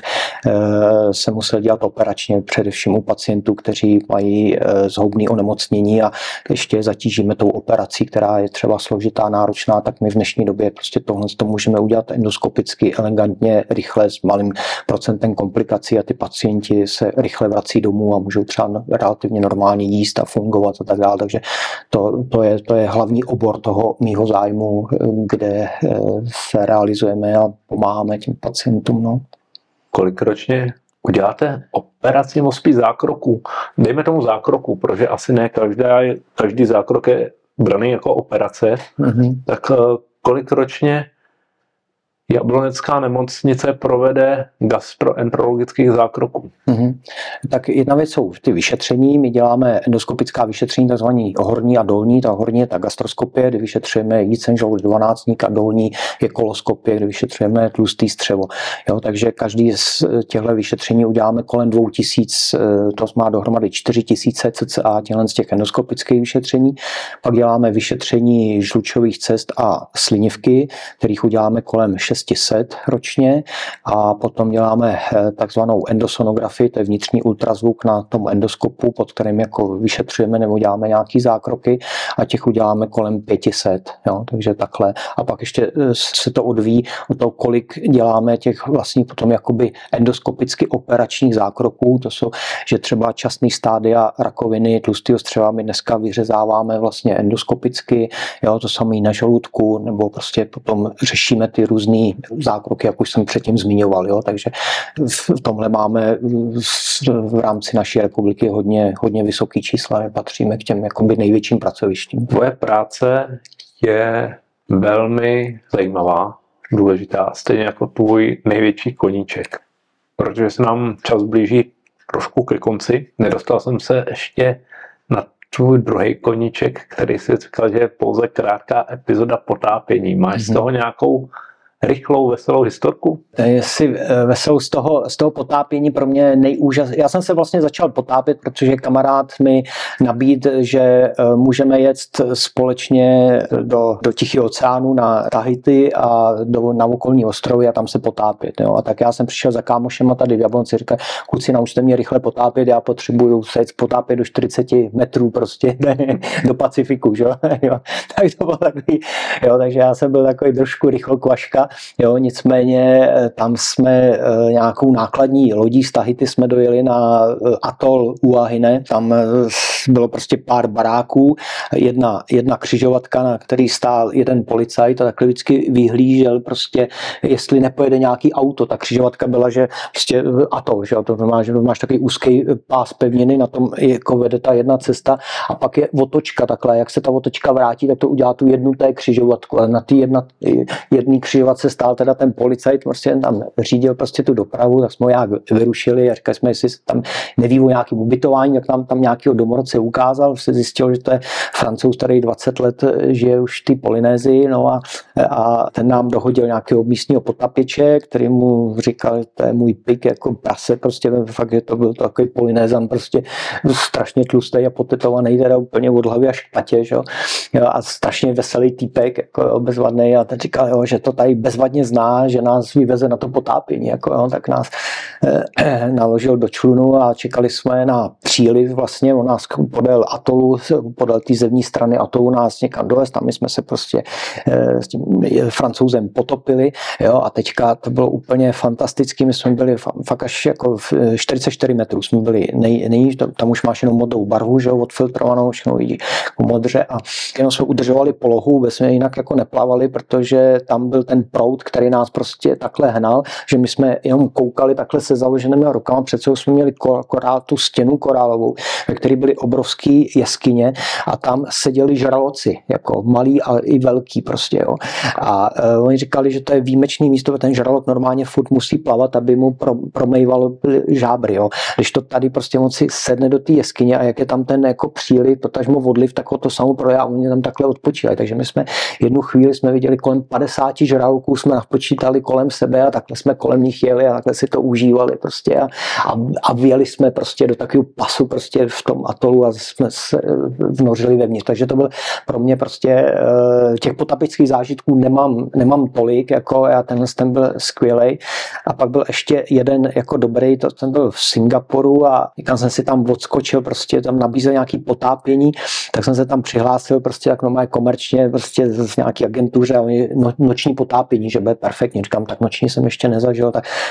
Speaker 2: se musel dělat operačně, především u pacientů, kteří mají zhoubné onemocnění a ještě zatížíme tou operací, která je třeba složitá, náročná, tak my v dnešní době prostě tohle to můžeme udělat endoskopicky, elegantně, rychle, s malým procentem komplikací a ty pacienti se rychle vrací domů a můžou třeba relativně normálně jíst a fungovat a tak dále. Takže to je hlavní obor toho mýho zájmu, kde se realizujeme a pomáháme těm pacientům. No.
Speaker 1: Kolik ročně uděláte operaci mozku zákroků? Dejme tomu zákroku, protože asi ne každý zákrok je braný jako operace. Tak kolik ročně Jablonecká nemocnice provede gastroenterologických zákroků?
Speaker 2: Tak jedna věc jsou ty vyšetření. My děláme endoskopická vyšetření, takzvaný horní a dolní. Ta horní je ta gastroskopie, kdy vyšetřujeme jícen, žaludek, dvanáctník, a dolní je koloskopie, kdy vyšetřujeme tlustý střevo. Jo, takže každý z těchto vyšetření uděláme kolem 2000, to má dohromady 4000 cca z těch endoskopických vyšetření. Pak děláme vyšetření žlučových cest a slinivky, kterých uděláme kolem 600 ročně, a potom děláme takzvanou endosonografii, to je vnitřní ultrazvuk na tom endoskopu, pod kterým jako vyšetřujeme nebo děláme nějaký zákroky, a těch uděláme kolem 500. Jo, takže takhle. A pak ještě se to odvíjí od toho, kolik děláme těch vlastně potom jakoby endoskopicky operačních zákroků. To jsou, že třeba časný stádia rakoviny tlustého střeva my dneska vyřezáváme vlastně endoskopicky, jo, to samé na žaludku, nebo prostě potom řešíme ty různé zákroky, jak už jsem předtím zmiňoval. Jo? Takže v tomhle máme v rámci naší republiky hodně vysoký čísla, patříme k těm jakoby největším pracovištím.
Speaker 1: Tvoje práce je velmi zajímavá, důležitá, stejně jako tvůj největší koníček. Protože se nám čas blíží trošku ke konci. Nedostal jsem se ještě na tvůj druhý koníček, který si říkal, že je pouze krátká epizoda potápění. Máš z toho nějakou rychlou, veselou historku?
Speaker 2: Jestli veselou z toho potápění pro mě nejúžasnější. Já jsem se vlastně začal potápět, protože kamarád mi nabídl, že můžeme jet společně do Tichého oceánu na Tahiti a na okolní ostrovy a tam se potápět. Jo. A tak já jsem přišel za kámošema tady v Jablonci, říkal, kluci, naučte mě rychle potápět, já potřebuju se potápět do 40 metrů prostě do Pacifiku. Že? Jo. Tak to bylo takový, jo, takže já jsem byl takový trošku rychlokvaška. Jo, nicméně tam jsme nějakou nákladní lodí z Tahiti jsme dojeli na atol Uahine, tam bylo prostě pár baráků, jedna křižovatka, na který stál jeden policajt a takhle vždycky vyhlížel prostě, jestli nepojede nějaký auto. Ta křižovatka byla, že prostě atol, že to máš takový úzký pás pevniny, na tom jako vede ta jedna cesta a pak je otočka takhle, jak se ta otočka vrátí, tak to udělá tu jednu té křižovatku, ale na té jedné křižovatce roce stál teda ten policajt, prostě tam řídil prostě tu dopravu, tak jsme ho nějak vyrušili a říkali jsme, jestli tam neví o nějakým ubytování, tak nám tam nějakého domorodce ukázal, se zjistil, že to je Francouz, který 20 let žije už v té Polynésii, no a ten nám dohodil nějakého místního potapěče, který mu říkal, že to je můj pik, jako prase, prostě fakt, že to byl to takový Polynézan, prostě strašně tlustý a potetovaný, teda úplně od hlavy až k patě, že jo, a strašně veselý týpek, jako bezvadný, a ten říkal, jo, že to tady bezvadně zná, že nás vyveze na to potápění, jako jo, tak nás naložil do člunu a čekali jsme na příliv vlastně, on nás podél atolu, podél té zevní strany atolu nás někam dovez, tam my jsme se prostě s tím Francouzem potopili, jo, a teďka to bylo úplně fantastický, my jsme byli fakt až jako 44 metrů jsme byli nejníž, tam už máš jenom modrou barvu, že jo, odfiltrovanou, všechno vidí jako modře a jenom jsme udržovali polohu, vůbec jsme jinak jako neplavali, protože tam byl ten proud, který nás prostě takhle hnal, že my jsme jenom koukali takhle se založenými rukama, před sebou jsme měli tu stěnu korálovou, ve které byly obrovský jeskyně a tam seděli žraloci, jako malí a i velký prostě, jo. A oni říkali, že to je výjimečný místo, ten žralok normálně furt musí plavat, aby mu promejvalo žábry, jo. Když to tady prostě moci sedne do té jeskyně a jak je tam ten jako příliv, potažmo odliv, tak ho to samo projá, oni tam takhle odpočívají. Takže my jsme jednu chvíli jsme viděli kolem 50 žraloků, jsme napočítali kolem sebe a takhle jsme kolem nich jeli a takhle si to užívali prostě a vyjeli jsme prostě do takového pasu prostě v tom atolu a jsme se vnořili vevnitř. Takže to byl pro mě prostě těch potapických zážitků nemám tolik, jako já ten byl skvělej. A pak byl ještě jeden jako dobrý, ten byl v Singapuru a někam jsem si tam odskočil, prostě tam nabízel nějaký potápění, tak jsem se tam přihlásil prostě tak normálně komerčně prostě z nějaký agentuře a oni noční potápění, že bude perfektně. Říkám, tak noční jsem ještě nezažil,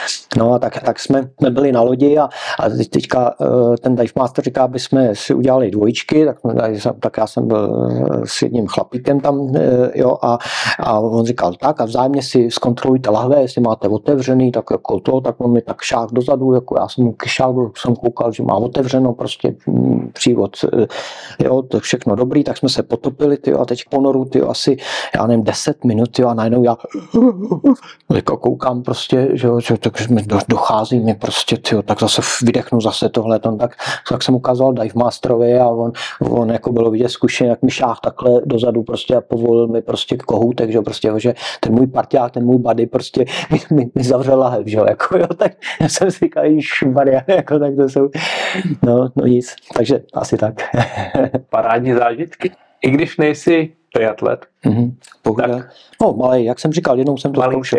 Speaker 2: tak jsme byli na lodi a teďka ten dive master říká, aby jsme si udělali dvojičky, tak já jsem byl s jedním chlapíkem tam, jo, a on říkal tak a vzájemně si zkontrolujte lahve, jestli máte otevřený, tak jako to, tak on mi tak šák dozadu, jako já jsem mu kyšál, jsem koukal, že má otevřeno prostě přívod, jo, to všechno dobrý, tak jsme se potopili, tyjo, a teď ponoru, tyjo, asi, já nevím, 10 minut, tyjo, a najednou já jako koukám prostě, že takže mi dochází mi prostě, tyjo, tak zase vydechnu zase tohle, tak jsem ukázal dive masterovi a on jako bylo vidět zkušený, jak mi šáh takhle dozadu prostě a povolil mi prostě kohůtek, že prostě, že ten můj parťák, ten můj buddy prostě mi zavřel lahev, že jako jo, tak jsem si říkal, šubaria, jako tak to jsou, no nic, takže asi tak.
Speaker 1: Parádní zážitky. I když nejsi triatlet.
Speaker 2: Tak, no, malej, jak jsem říkal, jednou jsem to zkoušel.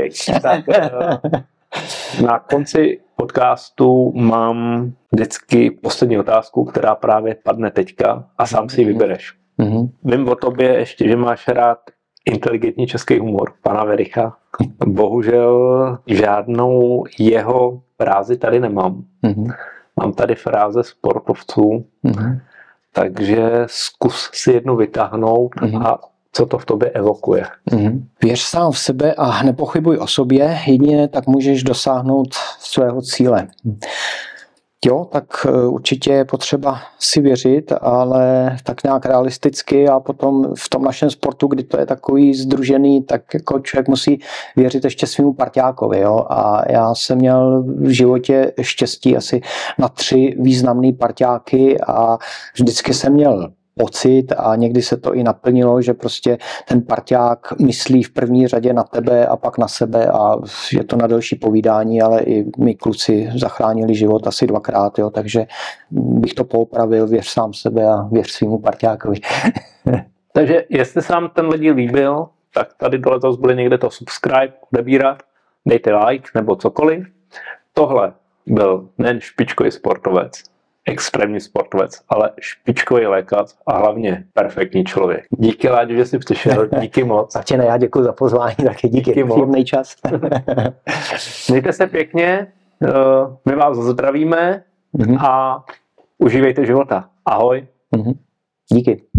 Speaker 1: Na konci podcastu mám vždycky poslední otázku, která právě padne teďka a sám si ji vybereš. Vím o tobě ještě, že máš rád inteligentní český humor, pana Wericha. Bohužel žádnou jeho frázi tady nemám. Mám tady fráze sportovců, takže zkus si jednu vytáhnout a co to v tobě evokuje.
Speaker 2: Věř sám v sebe a nepochybuj o sobě, jedině tak můžeš dosáhnout svého cíle. Jo, tak určitě je potřeba si věřit, ale tak nějak realisticky a potom v tom našem sportu, kdy to je takový združený, tak jako člověk musí věřit ještě svýmu parťákovi. Jo? A já jsem měl v životě štěstí asi na 3 významný parťáky a vždycky jsem měl pocit a někdy se to i naplnilo, že prostě ten parťák myslí v první řadě na tebe a pak na sebe a je to na delší povídání, ale i my kluci zachránili život asi 2krát, jo, takže bych to poopravil, věř sám sebe a věř svýmu parťákovi.
Speaker 1: Takže jestli se vám ten díl líbil, tak tady dole to zbyli někde to subscribe, odebírat, dejte like nebo cokoliv. Tohle byl nejen špičkový sportovec, extrémní sportovec, ale špičkový lékař a hlavně perfektní člověk. Díky, Láďo, že jsi přišel, díky moc.
Speaker 2: Martine, já děkuji za pozvání, taky díky příjemný čas.
Speaker 1: Mějte se pěkně, my vás zdravíme a užívejte života. Ahoj.
Speaker 2: Díky.